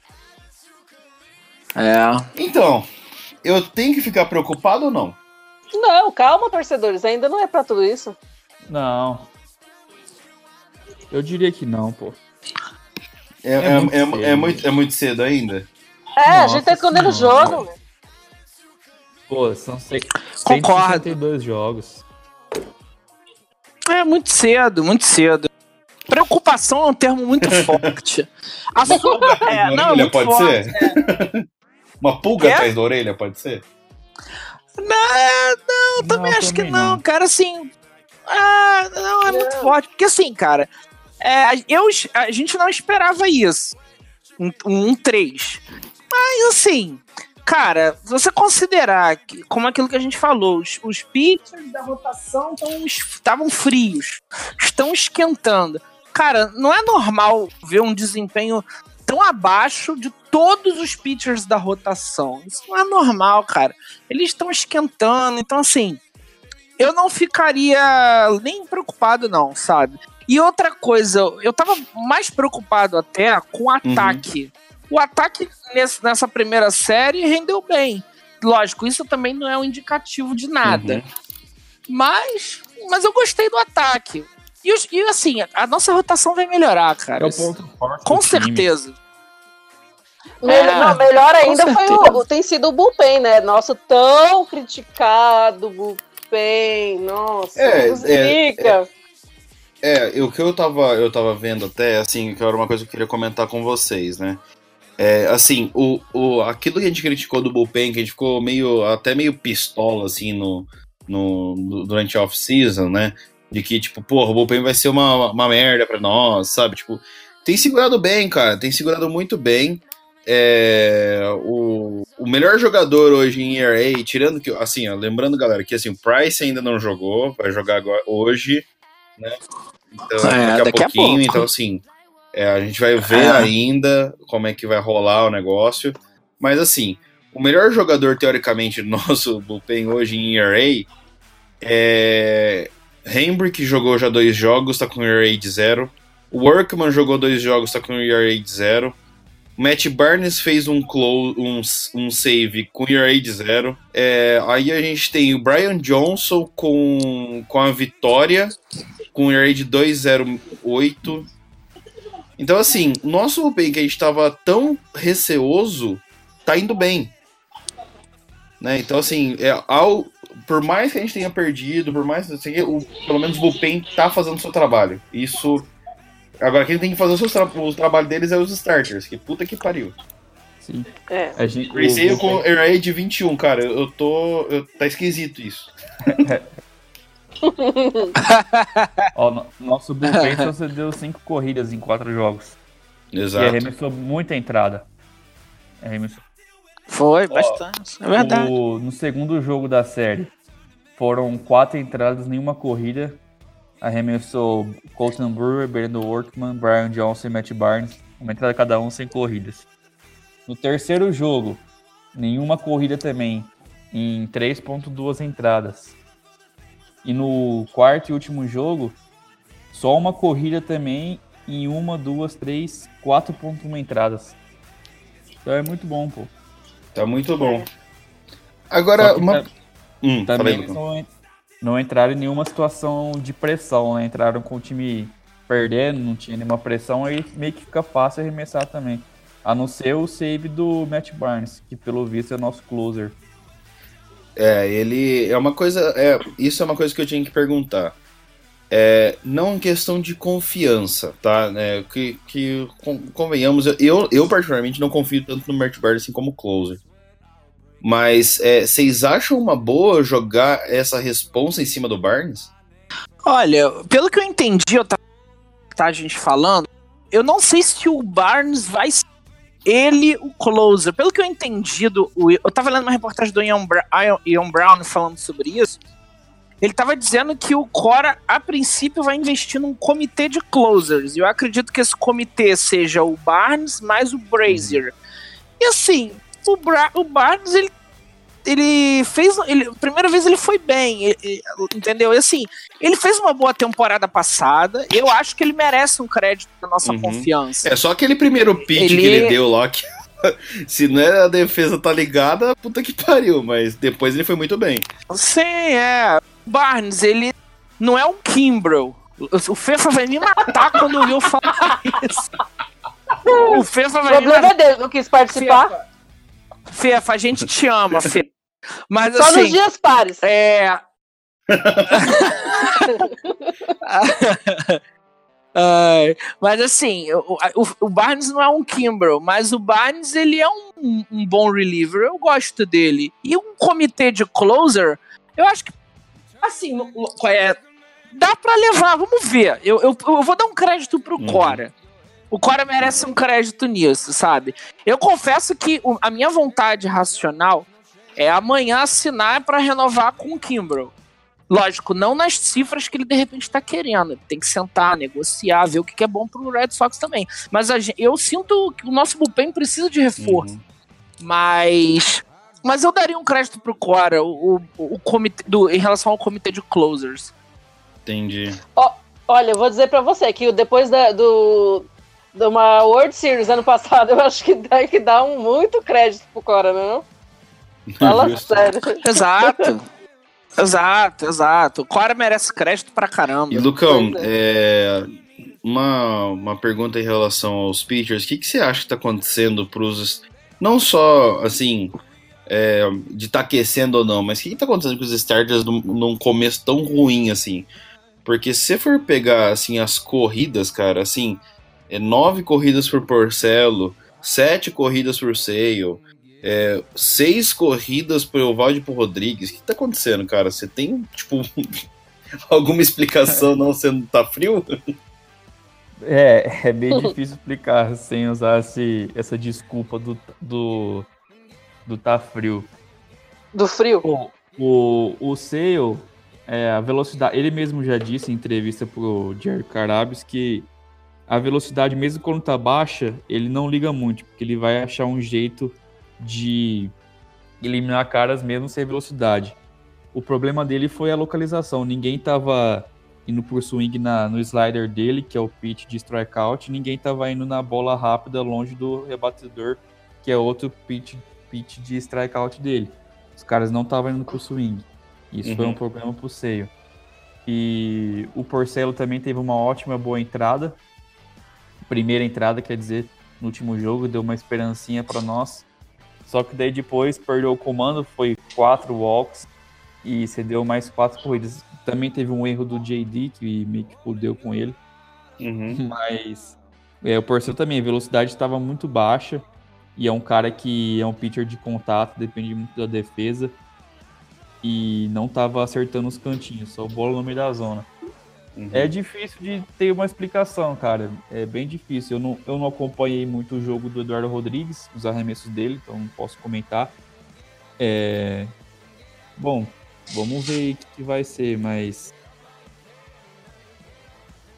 S3: É.
S1: Então, eu tenho que ficar preocupado ou não?
S2: Não, calma, torcedores, ainda não é pra tudo isso.
S4: Não. Eu diria que não, pô.
S1: É,
S4: É
S1: é,
S4: muito
S1: é-
S4: cedo.
S1: é muito, é muito cedo ainda?
S2: É, a
S4: Nossa
S2: gente tá escondendo o
S4: Senhora.
S2: jogo.
S4: Pô, são cem-
S3: Concordo.
S4: cento e sessenta e dois jogos.
S3: É muito cedo, muito cedo. Preocupação é um termo muito forte. A sua... é,
S1: Na
S3: não, é
S1: orelha
S3: muito
S1: pode
S3: forte.
S1: ser? Uma pulga
S3: Quê?
S1: atrás da orelha pode ser?
S3: Não, não, eu também
S4: Não,
S3: acho que
S4: também
S3: não,
S4: não.
S3: cara, assim. Ah, não, é muito
S2: Não.
S3: forte. Porque assim, cara, é, eu, a gente não esperava isso. Um, um três. Mas assim, cara, se você considerar que, como aquilo que a gente falou, os, os pitchers da rotação estavam frios, estão esquentando. Cara, não é normal ver um desempenho tão abaixo de todos os pitchers da rotação. Isso não é normal, cara. Eles estão esquentando, então assim, eu não ficaria nem preocupado não, sabe? E outra coisa, eu tava mais preocupado até com o ataque. O ataque nesse- nessa primeira série rendeu bem. Lógico, isso também não é um indicativo de nada.
S1: Uhum.
S3: Mas, mas eu gostei do ataque. E, os- e, assim, a nossa rotação vai melhorar, cara.
S4: É o ponto forte
S3: Com
S4: do time.
S3: certeza.
S2: Melhor,
S3: É,
S2: não, melhor ainda
S3: com
S2: foi
S3: certeza.
S2: o, tem sido o bullpen, né? Nosso tão criticado bullpen. Nossa,
S1: É,
S2: nos
S1: é,
S2: explica.
S1: É, o que eu tava, eu tava vendo até, assim, que era uma coisa que eu queria comentar com vocês, né? É, assim, o, o, aquilo que a gente criticou do bullpen, que a gente ficou meio, até meio pistola, assim, no, no, no- durante a off-season, né? De que, tipo, porra, o bullpen vai ser uma, uma merda pra nós, sabe? Tipo, tem segurado bem, cara, tem segurado muito bem. É, o, o melhor jogador hoje em E R A, tirando que, assim, ó, lembrando, galera, que assim, o Price ainda não jogou, vai jogar agora, hoje, né? Então,
S3: É,
S1: daqui a
S3: daqui a
S1: pouquinho,
S3: pouco.
S1: então assim, é, a gente vai ver
S3: É.
S1: ainda como é que vai rolar o negócio. Mas assim, o melhor jogador, teoricamente, do nosso bullpen hoje em E R A é Hembrick, que jogou já dois jogos, tá com E R A de zero. O Workman jogou dois jogos, tá com E R A de zero. O Matt Barnes fez um, close, um, um save com E R A de zero. É, aí a gente tem o Brian Johnson com, com a vitória, com E R A de dois zero oito. Então, assim, o nosso bullpen que a gente tava tão receoso, tá indo bem. Né? Então, assim, é, ao, por mais que a gente tenha perdido, por mais assim, o, pelo menos o bullpen tá fazendo o seu trabalho. Isso. Agora, quem tem que fazer o, seu tra o trabalho deles é os starters, que puta que pariu.
S4: Sim.
S2: É.
S4: A gente,
S1: Receio
S4: o-
S1: com E R A de vinte e um, cara, eu, eu tô. Eu, tá esquisito isso.
S4: ó, no- nosso bullpen só cedeu cinco corridas em quatro jogos. E
S1: Exato.
S4: arremessou muita entrada. Arremessou.
S3: Foi, bastante. É verdade.
S4: O- no segundo jogo da série, foram quatro entradas, nenhuma corrida. arremessou Colton Brewer, Brandon Workman, Brian Johnson e Matt Barnes, uma entrada cada um sem corridas. No terceiro jogo, nenhuma corrida também, em três ponto dois entradas. E no quarto e último jogo, só uma corrida também em uma, duas, três, quatro ponto um entradas. Então é muito bom, pô.
S1: Tá muito bom. Agora, uma...
S4: Tá,
S1: hum,
S4: também não, não entraram em nenhuma situação de pressão, né? Entraram com o time perdendo, não tinha nenhuma pressão, aí meio que fica fácil arremessar também. A não ser o save do Matt Barnes, que pelo visto é o nosso closer.
S1: É, ele é uma coisa. É, isso é uma coisa que eu tinha que perguntar. É, não em questão de confiança, tá? É, que, que convenhamos, eu, eu particularmente não confio tanto no Matt Barnes assim como closer. Mas é, vocês acham uma boa jogar essa responsa em cima do Barnes?
S3: Olha, pelo que eu entendi, eu tava tá, a gente falando, eu não sei se o Barnes vai ser ele o closer. Pelo que eu entendi, do, eu tava lendo uma reportagem do Ian, Bra- Ian Brown falando sobre isso. Ele tava dizendo que o Cora, a princípio, vai investir num comitê de closers. E eu acredito que esse comitê seja o Barnes mais o Brazier. Uhum. E assim, o, Bra- o Barnes, ele, ele fez... Ele, a primeira vez ele foi bem, ele, entendeu? E assim, ele fez uma boa temporada passada. Eu acho que ele merece um crédito da nossa uhum. confiança.
S1: É só aquele primeiro pitch ele... que ele deu lá, que se não é a defesa tá ligada, puta que pariu. Mas depois ele foi muito bem.
S3: Sim, é... Barnes, ele não é um Kimbrel. O Fefa vai me matar quando eu falar isso. O Fefa vai
S2: me matar. O problema é dele, não quis participar.
S3: Fefa, Fefa, a gente te ama, Fefa. Mas,
S2: só
S3: assim,
S2: nos dias pares.
S3: É... uh, mas assim, o, o, o Barnes não é um Kimbrel, mas o Barnes, ele é um, um bom reliever. Eu gosto dele. E um comitê de closer, eu acho que assim, é, dá pra levar, vamos ver. Eu, eu, eu vou dar um crédito pro uhum. Cora. O Cora merece um crédito nisso, sabe? Eu confesso que o, a minha vontade racional é amanhã assinar pra renovar com o Kimbrel. Lógico, não nas cifras que ele de repente tá querendo. Ele tem que sentar, negociar, ver o que é bom pro Red Sox também. Mas a, eu sinto que o nosso bullpen precisa de reforço. Uhum. Mas... Mas eu daria um crédito pro Cora, o, o, o comitê do, em relação ao comitê de closers.
S1: Entendi.
S2: Oh, olha, eu vou dizer pra você que depois da, do, de uma World Series ano passado, eu acho que dá que dar um muito crédito pro Cora, não? Fala sério.
S3: Exato. Exato, exato. O Cora merece crédito pra caramba.
S1: E Lucão, é. É, uma, uma pergunta em relação aos pitchers. O que, que você acha que tá acontecendo pros... Não só, assim... É, de estar tá aquecendo ou não, mas o que, que tá acontecendo com os starters num, num começo tão ruim assim? Porque se você for pegar assim, as corridas, cara, assim, é nove corridas por Porcello, sete corridas por Sale, é, seis corridas por Eovaldi e por Rodrigues. O que tá acontecendo, cara? Você tem, tipo, alguma explicação não sendo tá frio?
S4: É, é bem difícil explicar sem usar esse, essa desculpa do... do... do tá frio.
S2: Do frio?
S4: O, o, o Sale, é, a velocidade, ele mesmo já disse em entrevista pro Jerry Carabis que a velocidade, mesmo quando tá baixa, ele não liga muito, porque ele vai achar um jeito de eliminar caras mesmo sem velocidade. O problema dele foi a localização. Ninguém tava indo por swing na, no slider dele, que é o pitch de strikeout, ninguém tava indo na bola rápida longe do rebatedor, que é outro pitch pitch de strikeout dele. Os caras não estavam indo pro swing. Isso uhum. foi um problema pro Sale. E o Porcello também teve uma ótima, boa entrada. Primeira entrada, quer dizer, no último jogo, deu uma esperancinha para nós. Só que daí depois perdeu o comando, foi quatro walks e cedeu mais quatro corridas. Também teve um erro do J D, que meio que fudeu com ele.
S1: Uhum.
S4: Mas é, o Porcello também, a velocidade estava muito baixa. E é um cara que é um pitcher de contato, depende muito da defesa. E não estava acertando os cantinhos, só bola no meio da zona. Uhum. É difícil de ter uma explicação, cara. É bem difícil. Eu não, eu não acompanhei muito o jogo do Eduardo Rodrigues, os arremessos dele, então não posso comentar. É... Bom, vamos ver o que vai ser, mas...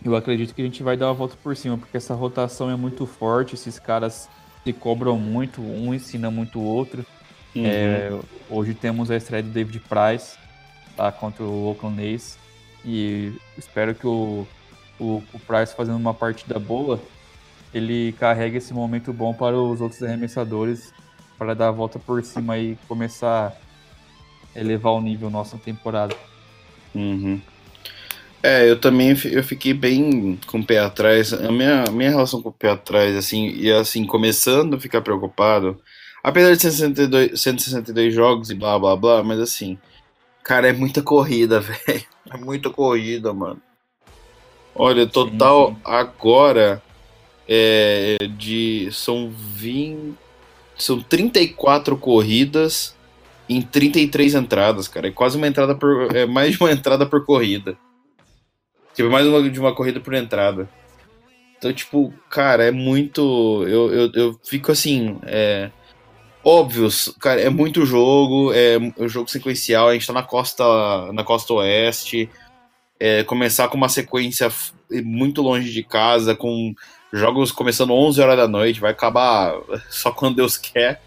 S4: eu acredito que a gente vai dar uma volta por cima, porque essa rotação é muito forte, esses caras se cobram muito, um ensina muito o outro. Uhum. É, hoje temos a estreia do David Price, tá, contra o Oakland A's, e espero que o, o, o Price, fazendo uma partida boa, ele carregue esse momento bom para os outros arremessadores, para dar a volta por cima e começar a elevar o nível nossa temporada.
S1: Uhum. É, eu também eu fiquei bem com o pé atrás. A minha, minha relação com o pé atrás, assim, e assim, começando a ficar preocupado, apesar de cento e sessenta e dois jogos e blá blá blá, mas assim, cara, é muita corrida, velho. É muita corrida, mano. Olha, total sim, sim. Agora é de. São vinte. São trinta e quatro corridas em trinta e três entradas, cara. É quase uma entrada por. É mais de uma entrada por corrida. Tipo, mais uma, de uma corrida por entrada. Então, tipo, cara, é muito. Eu, eu, eu fico assim. É, óbvio, cara, é muito jogo. É um jogo sequencial. A gente tá na costa, na costa oeste. É, começar com uma sequência muito longe de casa, com jogos começando onze horas da noite. Vai acabar só quando Deus quer.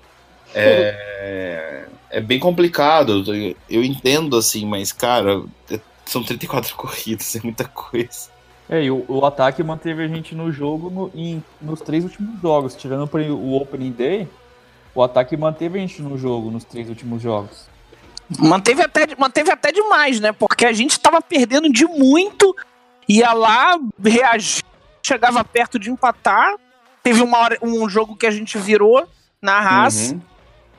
S1: É, é bem complicado. Eu entendo, assim, mas, cara. São trinta e quatro corridas, é muita coisa.
S4: É, e o, o ataque manteve a gente no jogo no, em, nos três últimos jogos. Tirando o Opening Day, o ataque manteve a gente no jogo nos três últimos jogos.
S3: Manteve até, manteve até demais, né? Porque a gente tava perdendo de muito, ia lá, reagia, chegava perto de empatar. Teve uma hora, um jogo que a gente virou na raça. Uhum.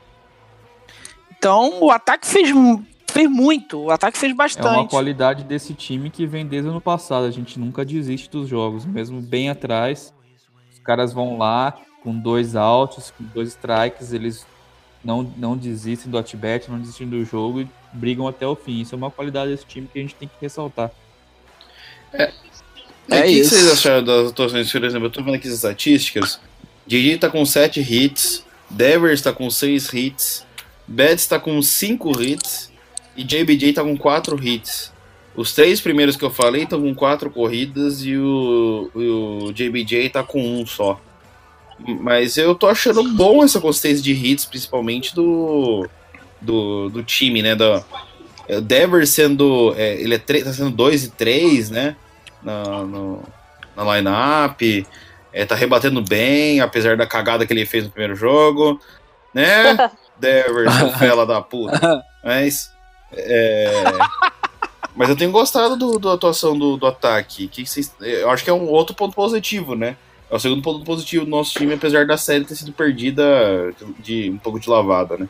S3: Então, o ataque fez... fez muito, o ataque fez bastante.
S4: É uma qualidade desse time que vem desde o ano passado. A gente nunca desiste dos jogos, mesmo bem atrás. Os caras vão lá com dois outs, com dois strikes, eles não, não desistem do at-bat, não desistem do jogo e brigam até o fim. Isso é uma qualidade desse time que a gente tem que ressaltar.
S1: É, é, é isso. O que vocês acharam das atuações? Por exemplo, eu tô vendo aqui as estatísticas. Didi tá com sete hits, Devers tá com seis hits, Betts tá com cinco hits, e J B J tá com quatro hits. Os três primeiros que eu falei estão com quatro corridas e o, o J B J tá com um só. Mas eu tô achando bom essa consistência de hits, principalmente do, do, do time, né? Da, o Devers sendo. É, ele é tá sendo dois e três, né? Na, no, na line-up. É, tá rebatendo bem, apesar da cagada que ele fez no primeiro jogo. Né? Devers, fela da puta. Mas. É... Mas eu tenho gostado do, da atuação do, do ataque. Que vocês... Eu acho que é um outro ponto positivo, né? É o segundo ponto positivo do nosso time, apesar da série ter sido perdida de, de um pouco de lavada, né?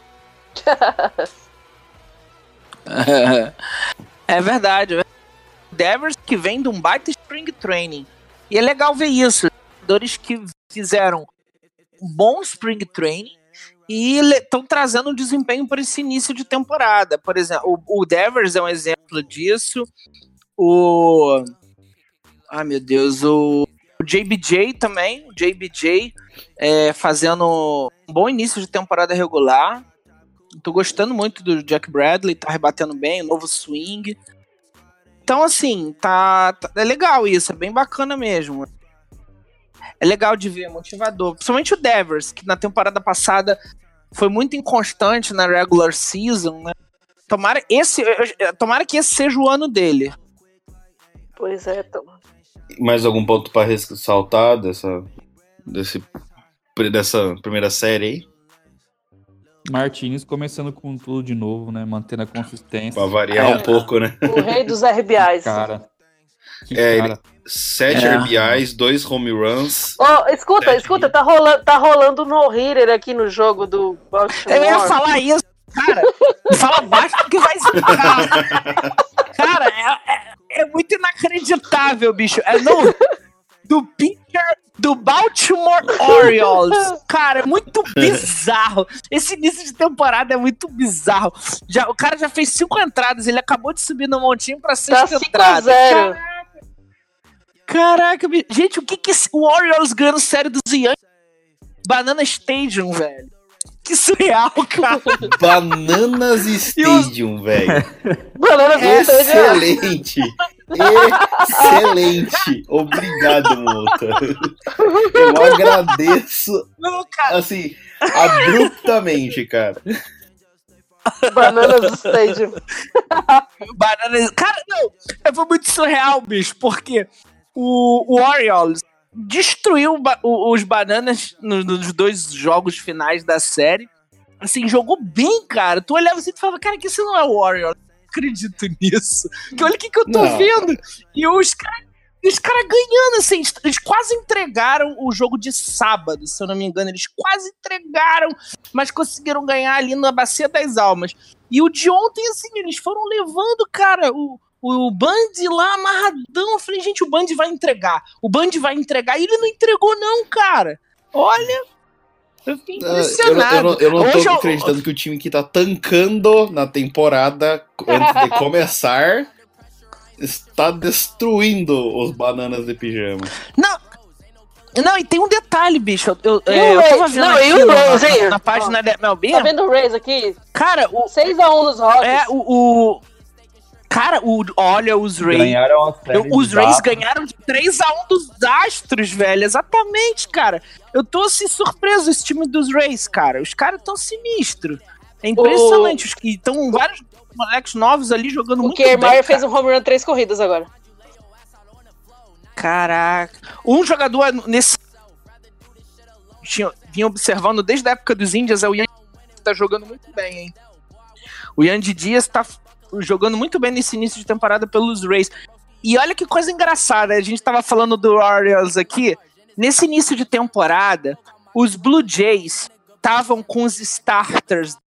S3: É verdade. O Devers que vem de um baita spring training. E é legal ver isso. Jogadores que fizeram um bom spring training e estão trazendo um desempenho para esse início de temporada. Por exemplo, o, o Devers é um exemplo disso. O... Ai, meu Deus. O, o J B J também. O J B J é, fazendo um bom início de temporada regular. Tô gostando muito do Jack Bradley. Tá rebatendo bem, novo swing. Então, assim, tá, tá é legal isso. É bem bacana mesmo. É legal de ver, é motivador. Principalmente o Devers, que na temporada passada foi muito inconstante na regular season, né? Tomara, esse, tomara que esse seja o ano dele.
S2: Pois é, Tom.
S1: Mais algum ponto para ressaltar dessa, desse, dessa primeira série aí?
S4: Martínez começando com tudo de novo, né? Mantendo a consistência.
S1: Pra variar
S2: é,
S1: um pouco, né?
S2: O rei dos R B Is.
S4: Cara.
S1: É, ele, sete é. R B Is, dois home runs.
S2: Oh, escuta, escuta, tá rolando, tá rolando no-hitter aqui no jogo do Baltimore.
S3: Eu ia falar isso, cara. Fala baixo que vai escutar. Cara, é, é, é muito inacreditável, bicho. É no, do pitcher do Baltimore Orioles. Cara, é muito bizarro. Esse início de temporada é muito bizarro. Já, o cara já fez cinco entradas, ele acabou de subir no montinho pra sexta
S2: tá
S3: entrada. Caraca, Caraca, gente, o que que esse, o Orioles ganhando série dos Yankees? Banana Stadium, velho. Que surreal, cara.
S1: Bananas Stadium, velho.
S2: Bananas
S1: Excelente. Excelente! Obrigado, Mota. Eu agradeço,
S3: Não, cara.
S1: assim, abruptamente, cara.
S2: Bananas do Stadium.
S3: Banana... Cara, não. Foi muito surreal, bicho, porque o, o Orioles destruiu ba- o- os bananas no- nos dois jogos finais da série. Assim, jogou bem, cara. Tu olhava assim e falava, cara, que isso não é o Orioles. Não acredito nisso. Que olha o que, que eu tô
S1: Não.
S3: vendo. E os caras os cara ganhando, assim, eles quase entregaram o jogo de sábado, se eu não me engano. Eles quase entregaram, mas conseguiram ganhar ali na Bacia das Almas. E o de ontem, assim, eles foram levando, cara, o, o Band lá amarradão. Eu falei, gente, o Band vai entregar. O Band vai entregar. E ele não entregou, não, cara. Olha, eu fiquei
S1: Ah, Eu, não-
S3: impressionado.
S1: eu, não, eu não tô
S3: Hoje eu-
S1: acreditando que o time que tá tancando na temporada antes de começar está destruindo os bananas de pijama.
S3: Não, não, e tem um detalhe, bicho. Eu, eu,
S2: E
S3: é,
S2: o
S3: eu tava
S2: Rays?
S3: vendo
S2: Não,
S3: aqui
S2: e o
S3: na,
S2: Rays,
S3: na-
S2: hein?
S3: na página da M L B.
S2: Tá vendo o Rays aqui?
S3: Cara, o,
S2: seis a um nos Rockies.
S3: é, o, o- Cara, o, olha, os Rays.
S4: Ganharam a série
S3: Os
S4: de
S3: Rays
S4: dados.
S3: ganharam de três a um dos Astros, velho. Exatamente, cara. Eu tô assim surpreso esse time dos Rays, cara. Os caras tão sinistros. É impressionante. Os que estão vários moleques novos ali jogando
S2: O
S3: muito bem.
S2: Kiermaier fez
S3: cara.
S2: um home run três corridas agora.
S3: Caraca. Um jogador nesse. Tinha, vinha observando desde a época dos Indians, é o Ian que tá jogando muito bem, hein? O Yandy Dias tá f- jogando muito bem nesse início de temporada pelos Rays. E olha que coisa engraçada, a gente tava falando do Orioles aqui. Nesse início de temporada, os Blue Jays estavam com os starters.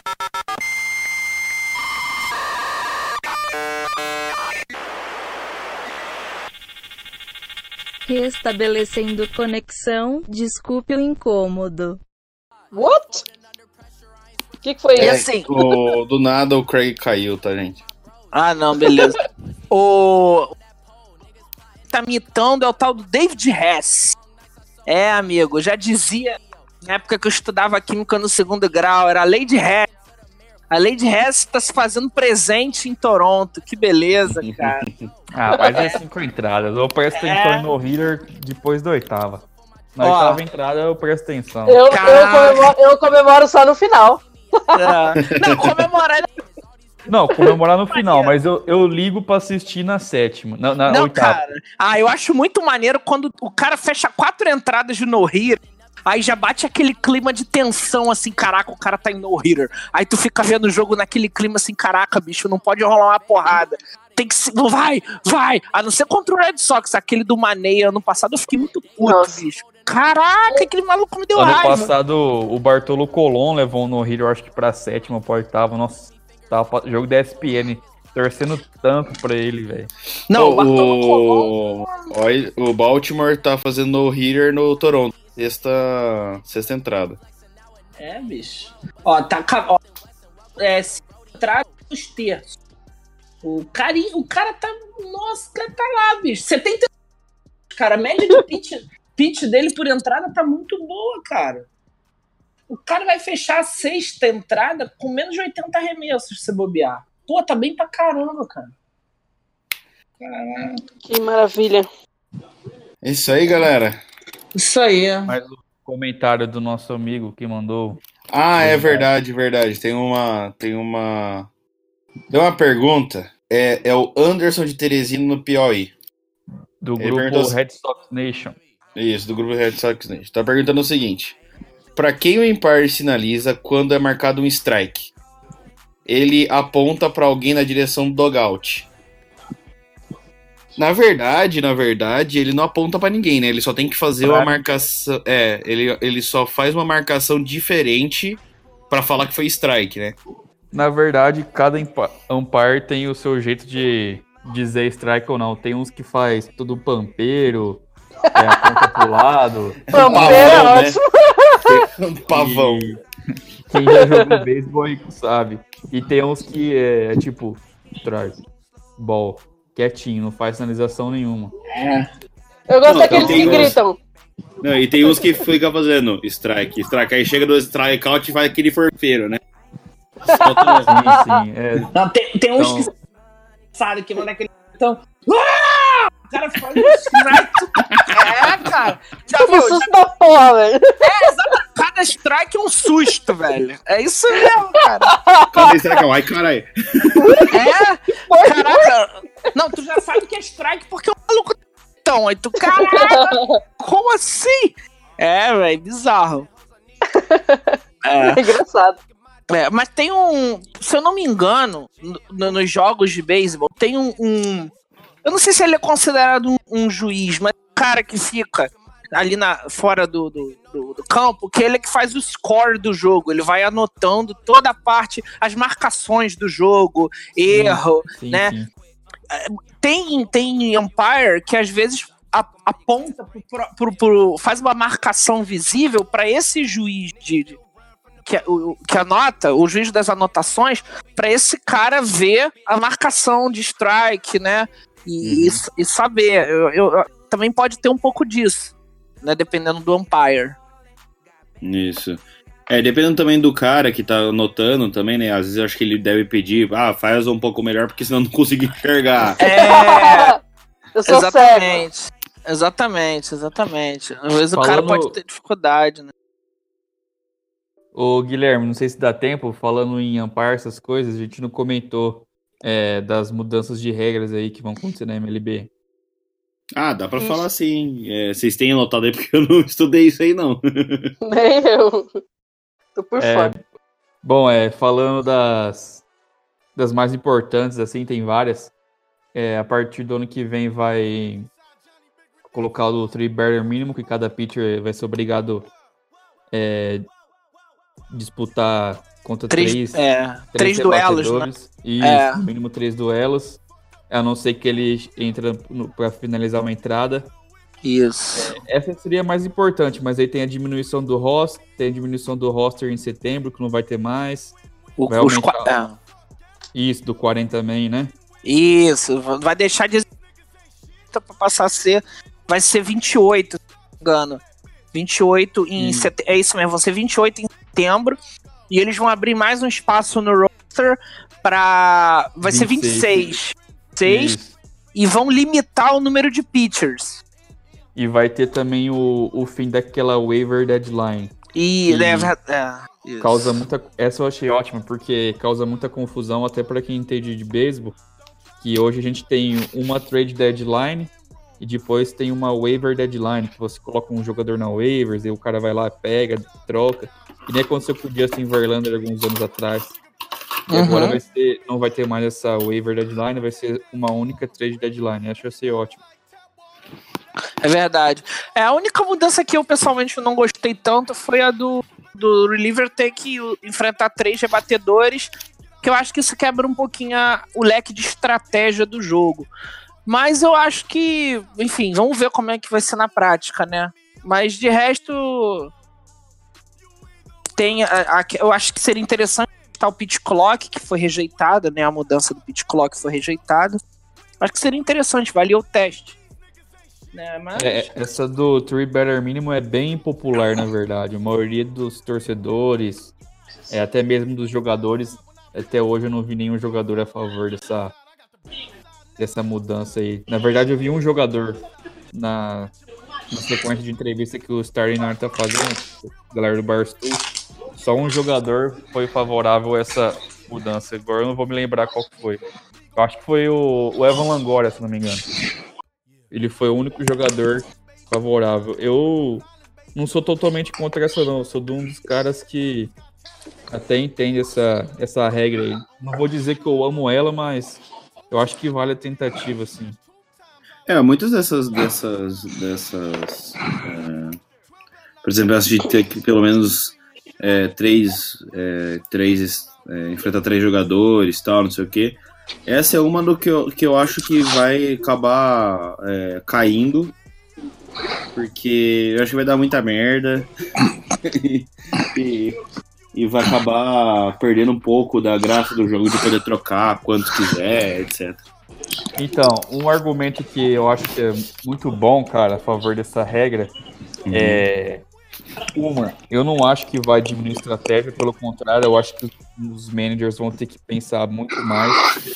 S5: Restabelecendo conexão, desculpe o incômodo.
S2: What? O que, que foi
S3: E
S2: isso?
S3: assim,
S1: O- do nada o Craig caiu, tá, gente?
S3: ah, não, beleza. O. Tá mitando é o tal do David Hess. É, amigo, já dizia na época que eu estudava química no segundo grau, era a Lady Hess. A Lady Hess tá se fazendo presente em Toronto. Que beleza, cara.
S4: Ah, mas é cinco entradas. Eu presto atenção
S3: É.
S4: em no-hitter depois da oitava. Na
S3: Ó.
S4: oitava entrada eu presto atenção.
S2: Eu, eu,
S3: Caraca.
S2: comemoro, eu comemoro só no final.
S3: É. Não, comemorar.
S4: Não, comemorar no final, mas eu, eu ligo pra assistir na sétima, na, na
S3: Não,
S4: oitava.
S3: cara. Ah, eu acho muito maneiro quando o cara fecha quatro entradas de no-hitter. Aí já bate aquele clima de tensão, assim, caraca, o cara tá em no-hitter. Aí tu fica vendo o jogo naquele clima assim, caraca, bicho, não pode rolar uma porrada. Tem que se... Vai, vai! A não ser contra o Red Sox, aquele do Maneia ano passado, eu fiquei muito puto,
S2: Nossa.
S3: bicho. Caraca, aquele maluco me deu
S4: Ano
S3: raiva.
S4: passado o Bartolo Colon levou um no-hitter, eu acho que pra sétima, pra oitava. Nossa, tava pra- jogo da E S P N. Torcendo tanto pra ele, velho.
S3: Não, o
S1: o,
S3: Bartolo Colon...
S1: olha, o Baltimore tá fazendo no hitter no Toronto. Sexta, sexta entrada.
S3: É, bicho. Ó, tá... ca- Ó, é, se entrar nos terços. O cara, o cara tá... Nossa, o cara tá lá, bicho. setenta Cara, a média de pitch, pitch dele por entrada tá muito boa, cara. O cara vai fechar a sexta entrada com menos de oitenta arremessos, se bobear. Pô, tá bem pra caramba, cara.
S2: Que maravilha.
S1: É isso aí, galera.
S3: Isso aí.
S4: Mas o comentário do nosso amigo que mandou.
S1: Ah, é verdade, verdade. Tem uma. Tem uma. Tem uma pergunta. É, é o Anderson de Teresina no Piauí.
S4: Do
S1: Ele
S4: grupo
S1: perguntou se-
S4: Red Sox Nation. Isso.
S1: Isso, do grupo Red Sox Nation. Tá perguntando o seguinte: pra quem o umpire sinaliza quando é marcado um strike? Ele aponta pra alguém na direção do dugout. Na verdade, na verdade, ele não aponta pra ninguém, né? Ele só tem que fazer
S4: Pra
S1: uma
S4: mim.
S1: marcação. É, ele, ele só faz uma marcação diferente pra falar que foi strike, né?
S4: Na verdade, cada impa- umpire tem o seu jeito de dizer strike ou não. Tem uns que faz tudo pampeiro, é, aponta pro lado.
S2: Pampeiro é
S1: Pavão, né?
S2: ótimo.
S1: Um pavão.
S4: E quem já jogou beisebol sabe. E tem uns que é, é tipo, strike, ball, quietinho, não faz sinalização nenhuma.
S2: Eu gosto
S1: Não,
S2: daqueles
S1: tem
S2: que
S1: uns-
S2: gritam.
S1: Não, e tem uns que ficam fazendo strike, strike. Aí chega no strikeout e vai aquele forfeiro, né? Solta-
S4: Sim, sim. É,
S3: Não, tem, tem uns
S4: Então-
S3: que sabe que manda aquele Então. Ah! O cara faz um strike. É, cara. Já
S2: Que
S3: viu?
S2: susto da porra, velho.
S3: É, exatamente. Cada strike é um susto, velho. É isso mesmo, cara.
S1: Cada strike é um ai, caralho.
S3: É? Caraca. Não, tu já sabe que é strike porque o maluco. Então, aí tu, caraca, como assim? É, velho, bizarro. É.
S2: É engraçado.
S3: É, mas tem um. Se eu não me engano, no, nos jogos de beisebol, tem um, um. Eu não sei se ele é considerado um, um juiz, mas um cara que fica ali na, fora do, do, do, do campo, que ele é que faz o score do jogo. Ele vai anotando toda a parte, as marcações do jogo, erro,
S4: Sim,
S3: né?
S4: sim.
S3: Tem, tem umpire que às vezes a, aponta, pro, pro, pro, faz uma marcação visível para esse juiz de. de Que, o, que anota, o juiz das anotações, pra esse cara ver a marcação de strike, né? E,
S1: Uhum.
S3: e, e saber. Eu, eu- eu- também pode ter um pouco disso, né? Dependendo do umpire.
S1: Isso. É, dependendo também do cara que tá anotando também, né? Às vezes eu acho que ele deve pedir, ah, faz um pouco melhor, porque senão eu não consigo enxergar.
S3: É,
S2: Eu sou cego.
S3: exatamente. Exatamente, exatamente. Às vezes o cara
S4: Falando-
S3: pode ter dificuldade, né?
S4: Ô, Guilherme, não sei se dá tempo, falando em ampar essas coisas, a gente não comentou é, das mudanças de regras aí que vão acontecer na M L B.
S1: Ah, dá pra
S2: Ixi.
S1: falar assim. É, vocês têm anotado aí porque eu não estudei isso aí, não.
S2: Nem eu. Tô por
S4: É,
S2: fora.
S4: Bom, é, falando das, das mais importantes, assim, tem várias. É, a partir do ano que vem vai colocar o three batter mínimo, que cada pitcher vai ser obrigado é, disputar contra
S3: Três,
S4: três,
S3: é, três duelos, né?
S4: rebatedores. Isso,
S3: É.
S4: no mínimo três duelos. A não ser que ele entre para finalizar uma entrada.
S3: Isso.
S4: Essa seria a mais importante, mas aí tem a diminuição do roster, tem a diminuição do roster em setembro, que não vai ter mais.
S3: O,
S4: Vai
S3: os
S4: aumentar.
S3: qua-
S4: Isso, do quarenta também, né?
S3: é, isso. Vai deixar de pra passar a ser. Vai ser vinte e oito, se não me engano. vinte e oito em
S4: Hum.
S3: setembro. É isso mesmo, vão ser vinte e oito em setembro. E eles vão abrir mais um espaço no roster pra. Vai ser
S4: vinte
S3: vinte
S4: e
S3: e
S4: seis.
S3: seis. seis
S4: Isso.
S3: E vão limitar o número de pitchers.
S4: E vai ter também o, o fim daquela waiver deadline.
S3: E.
S4: E
S3: né, é, isso.
S4: Causa muita. Essa eu achei ótima, porque causa muita confusão até para quem entende de beisebol. Que hoje a gente tem uma trade deadline e depois tem uma waiver deadline, que você coloca um jogador na waivers e o cara vai lá, pega, troca. Que nem aconteceu com o Justin Verlander alguns anos atrás. E
S3: Uhum.
S4: agora vai ser, não vai ter mais essa waiver deadline, vai ser uma única trade deadline. Acho que vai ser ótimo.
S3: É verdade. É, a única mudança que eu pessoalmente não gostei tanto foi a do, do reliever ter que enfrentar três rebatedores, que eu acho que isso quebra um pouquinho a- o leque de estratégia do jogo. Mas eu acho que, enfim, vamos ver como é que vai ser na prática, né? Mas de resto, tem a- a- eu acho que seria interessante tá o pitch clock, que foi rejeitado, né? A mudança do pitch clock foi rejeitada. Acho que seria interessante, valia o teste. Né? Mas...
S4: É, essa do three batter mínimo é bem popular, na verdade. A maioria dos torcedores, é, até mesmo dos jogadores, até hoje eu não vi nenhum jogador a favor dessa, dessa mudança aí. Na verdade, eu vi um jogador na, na sequência de entrevista que o Starry Night tá fazendo, a galera do Barstool. Só um jogador foi favorável a essa mudança. Agora eu não vou me lembrar qual que foi. Eu acho que foi o, o Evan Longoria, se não me engano. Ele foi o único jogador favorável. Eu não sou totalmente contra essa, não. Eu sou de um dos caras que até entende essa, essa regra aí. Não vou dizer que eu amo ela, mas eu acho que vale a tentativa, assim.
S1: É, muitas dessas, dessas, dessas, é, por exemplo, essa de ter que pelo menos é, três, é, três é, enfrentar três jogadores, tal, não sei o quê. Essa é uma do que eu, que eu acho que vai acabar é, caindo, porque eu acho que vai dar muita merda e, e, e vai acabar perdendo um pouco da graça do jogo de poder trocar quantos quiser, etcétera.
S4: Então, um argumento que eu acho que é muito bom, cara, a favor dessa regra,
S1: Uhum.
S4: é... Uma, eu não acho que vai diminuir a estratégia, pelo contrário, eu acho que os managers vão ter que pensar muito mais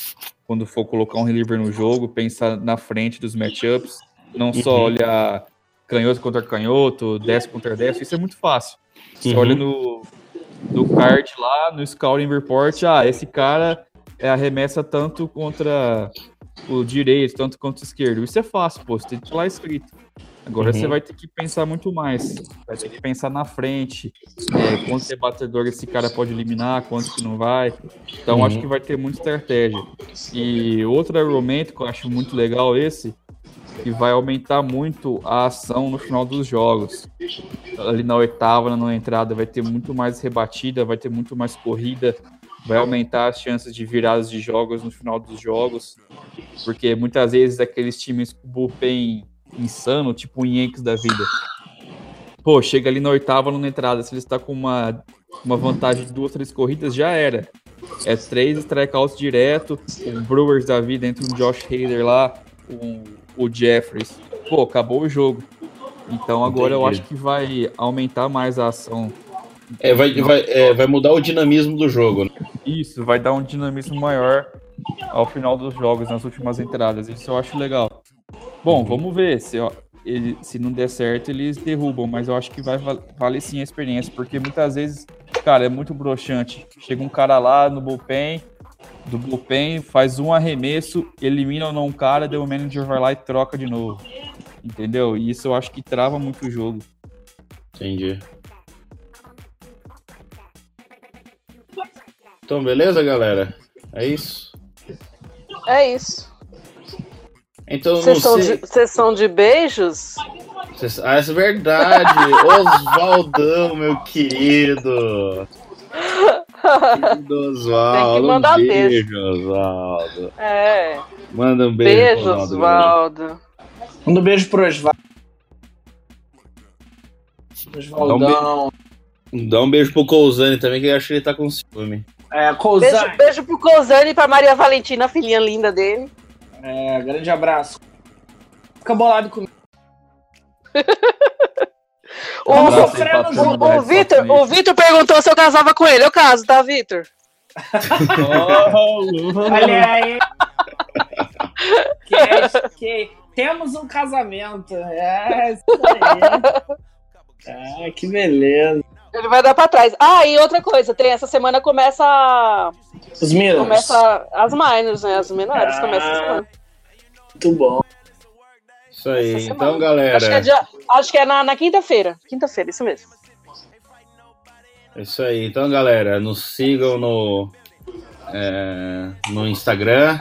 S4: quando for colocar um reliever no jogo, pensar na frente dos matchups, não só
S1: Uhum.
S4: olhar canhoto contra canhoto, destro contra destro, isso é muito fácil. Você
S1: Uhum.
S4: olha no, no card lá, no Scouting Report, ah, esse cara é, arremessa tanto contra o direito, tanto contra o esquerdo. Isso é fácil, pô, você tem que ir lá escrito. Agora
S1: Uhum.
S4: você vai ter que pensar muito mais. Vai ter que pensar na frente, é, quantos rebatedores esse cara pode eliminar, quantos que não vai. Então
S1: Uhum.
S4: acho que vai ter muita estratégia. E outro argumento que eu acho muito legal esse, que vai aumentar muito a ação no final dos jogos. Ali na oitava, na entrada, vai ter muito mais rebatida, vai ter muito mais corrida, vai aumentar as chances de viradas de jogos no final dos jogos, porque muitas vezes aqueles times com bullpen insano, tipo o Yankees da vida, pô, chega ali na oitava, na entrada, se ele está com uma, uma vantagem de duas, três corridas, já era. É três strikeouts direto, o Brewers da vida, entre um Josh Hader lá, um, o Jeffries, pô, acabou o jogo. Então agora eu
S1: Entendi.
S4: acho que vai aumentar mais a ação.
S1: É, vai, vai, é, vai mudar o dinamismo do jogo, né?
S4: Isso, vai dar um dinamismo maior ao final dos jogos, nas últimas entradas. Isso eu acho legal. Bom,
S1: Uhum.
S4: vamos ver. Se, ó, ele, se não der certo, eles derrubam. Mas eu acho que vai val- vale sim a experiência. Porque muitas vezes, cara, é muito broxante. Chega um cara lá no bullpen, do bullpen, faz um arremesso, elimina ou não um cara, daí o manager vai lá e troca de novo. Entendeu? E isso eu acho que trava muito o jogo.
S1: Entendi. Então, beleza, galera? É isso?
S2: É isso.
S1: Então, não
S2: Sessão
S1: sei...
S2: de, sessão de beijos?
S1: Cês- Ah, isso é verdade! Oswaldão, meu querido! Querido Oswaldo,
S2: Tem que mandar
S1: um
S2: beijo.
S1: beijo, Oswaldo.
S2: É.
S1: Manda um beijo,
S2: Beijo,
S1: pro Oswaldo.
S2: Oswaldo.
S3: Manda um beijo pro Osvaldo. Osvaldão.
S1: Dá um beijo pro Cousane também, que eu acho que ele tá com ciúme.
S3: É,
S2: Beijo,
S3: Cousane.
S2: beijo pro Cousane e pra Maria Valentina, a filhinha linda dele.
S3: É, grande abraço. Fica bolado comigo.
S2: O,
S3: Tamo
S4: abraço aí
S3: sofrendo
S4: pra
S3: junto.
S4: turma do
S2: o,
S4: Red
S2: o
S4: Sox
S2: Vitor,
S4: Nation.
S2: o Vitor perguntou se eu casava com ele. Eu caso, tá, Vitor?
S3: Olha aí. Que, que, temos um casamento. É, isso aí. Ah, que beleza.
S2: Ele vai dar pra trás. Ah, e outra coisa, tem essa semana começa
S3: Os Minas.
S2: começa as minors, né? As menores
S3: Ah.
S2: começam essa semana.
S3: Muito bom.
S1: Isso aí.
S2: Essa
S1: Então,
S2: semana.
S1: galera,
S2: Acho que é, dia- acho que é na, na quinta-feira. Quinta-feira, isso mesmo.
S1: é isso aí. Então, galera, nos sigam no, é, no Instagram.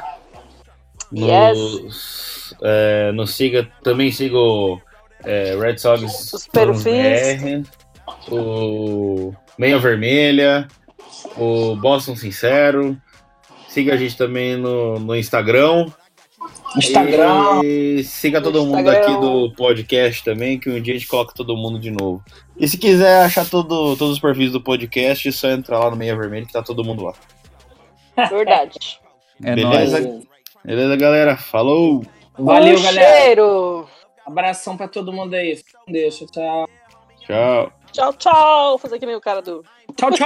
S1: Nos, é, nos siga, também siga o é, Red Sox
S2: Os
S1: Fãs
S2: perfis.
S1: B R, o Meia Vermelha, o Boston Sincero. Siga a gente também no, no Instagram.
S3: Instagram.
S1: E siga todo mundo
S2: Instagram.
S1: aqui do podcast também, que um dia a gente coloca todo mundo de novo. E se quiser achar todo, todos os perfis do podcast, é só entrar lá no Meia Vermelha que tá todo mundo lá.
S2: Verdade.
S4: É
S1: Beleza?
S4: nóis.
S1: Beleza, galera? Falou!
S3: Valeu,
S2: um
S3: galera.
S2: cheiro.
S3: Abração pra todo mundo aí. Deixa, tchau.
S1: Tchau!
S2: Tchau, tchau. Vou fazer aqui meio cara do...
S3: Tchau, tchau!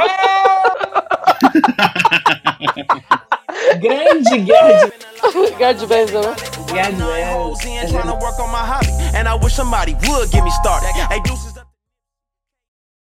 S3: Grande Gerd.
S2: Gerd Benzel, né?
S3: Gerd
S6: Trying to work on my hobby, and I wish somebody would get me started. Hey, do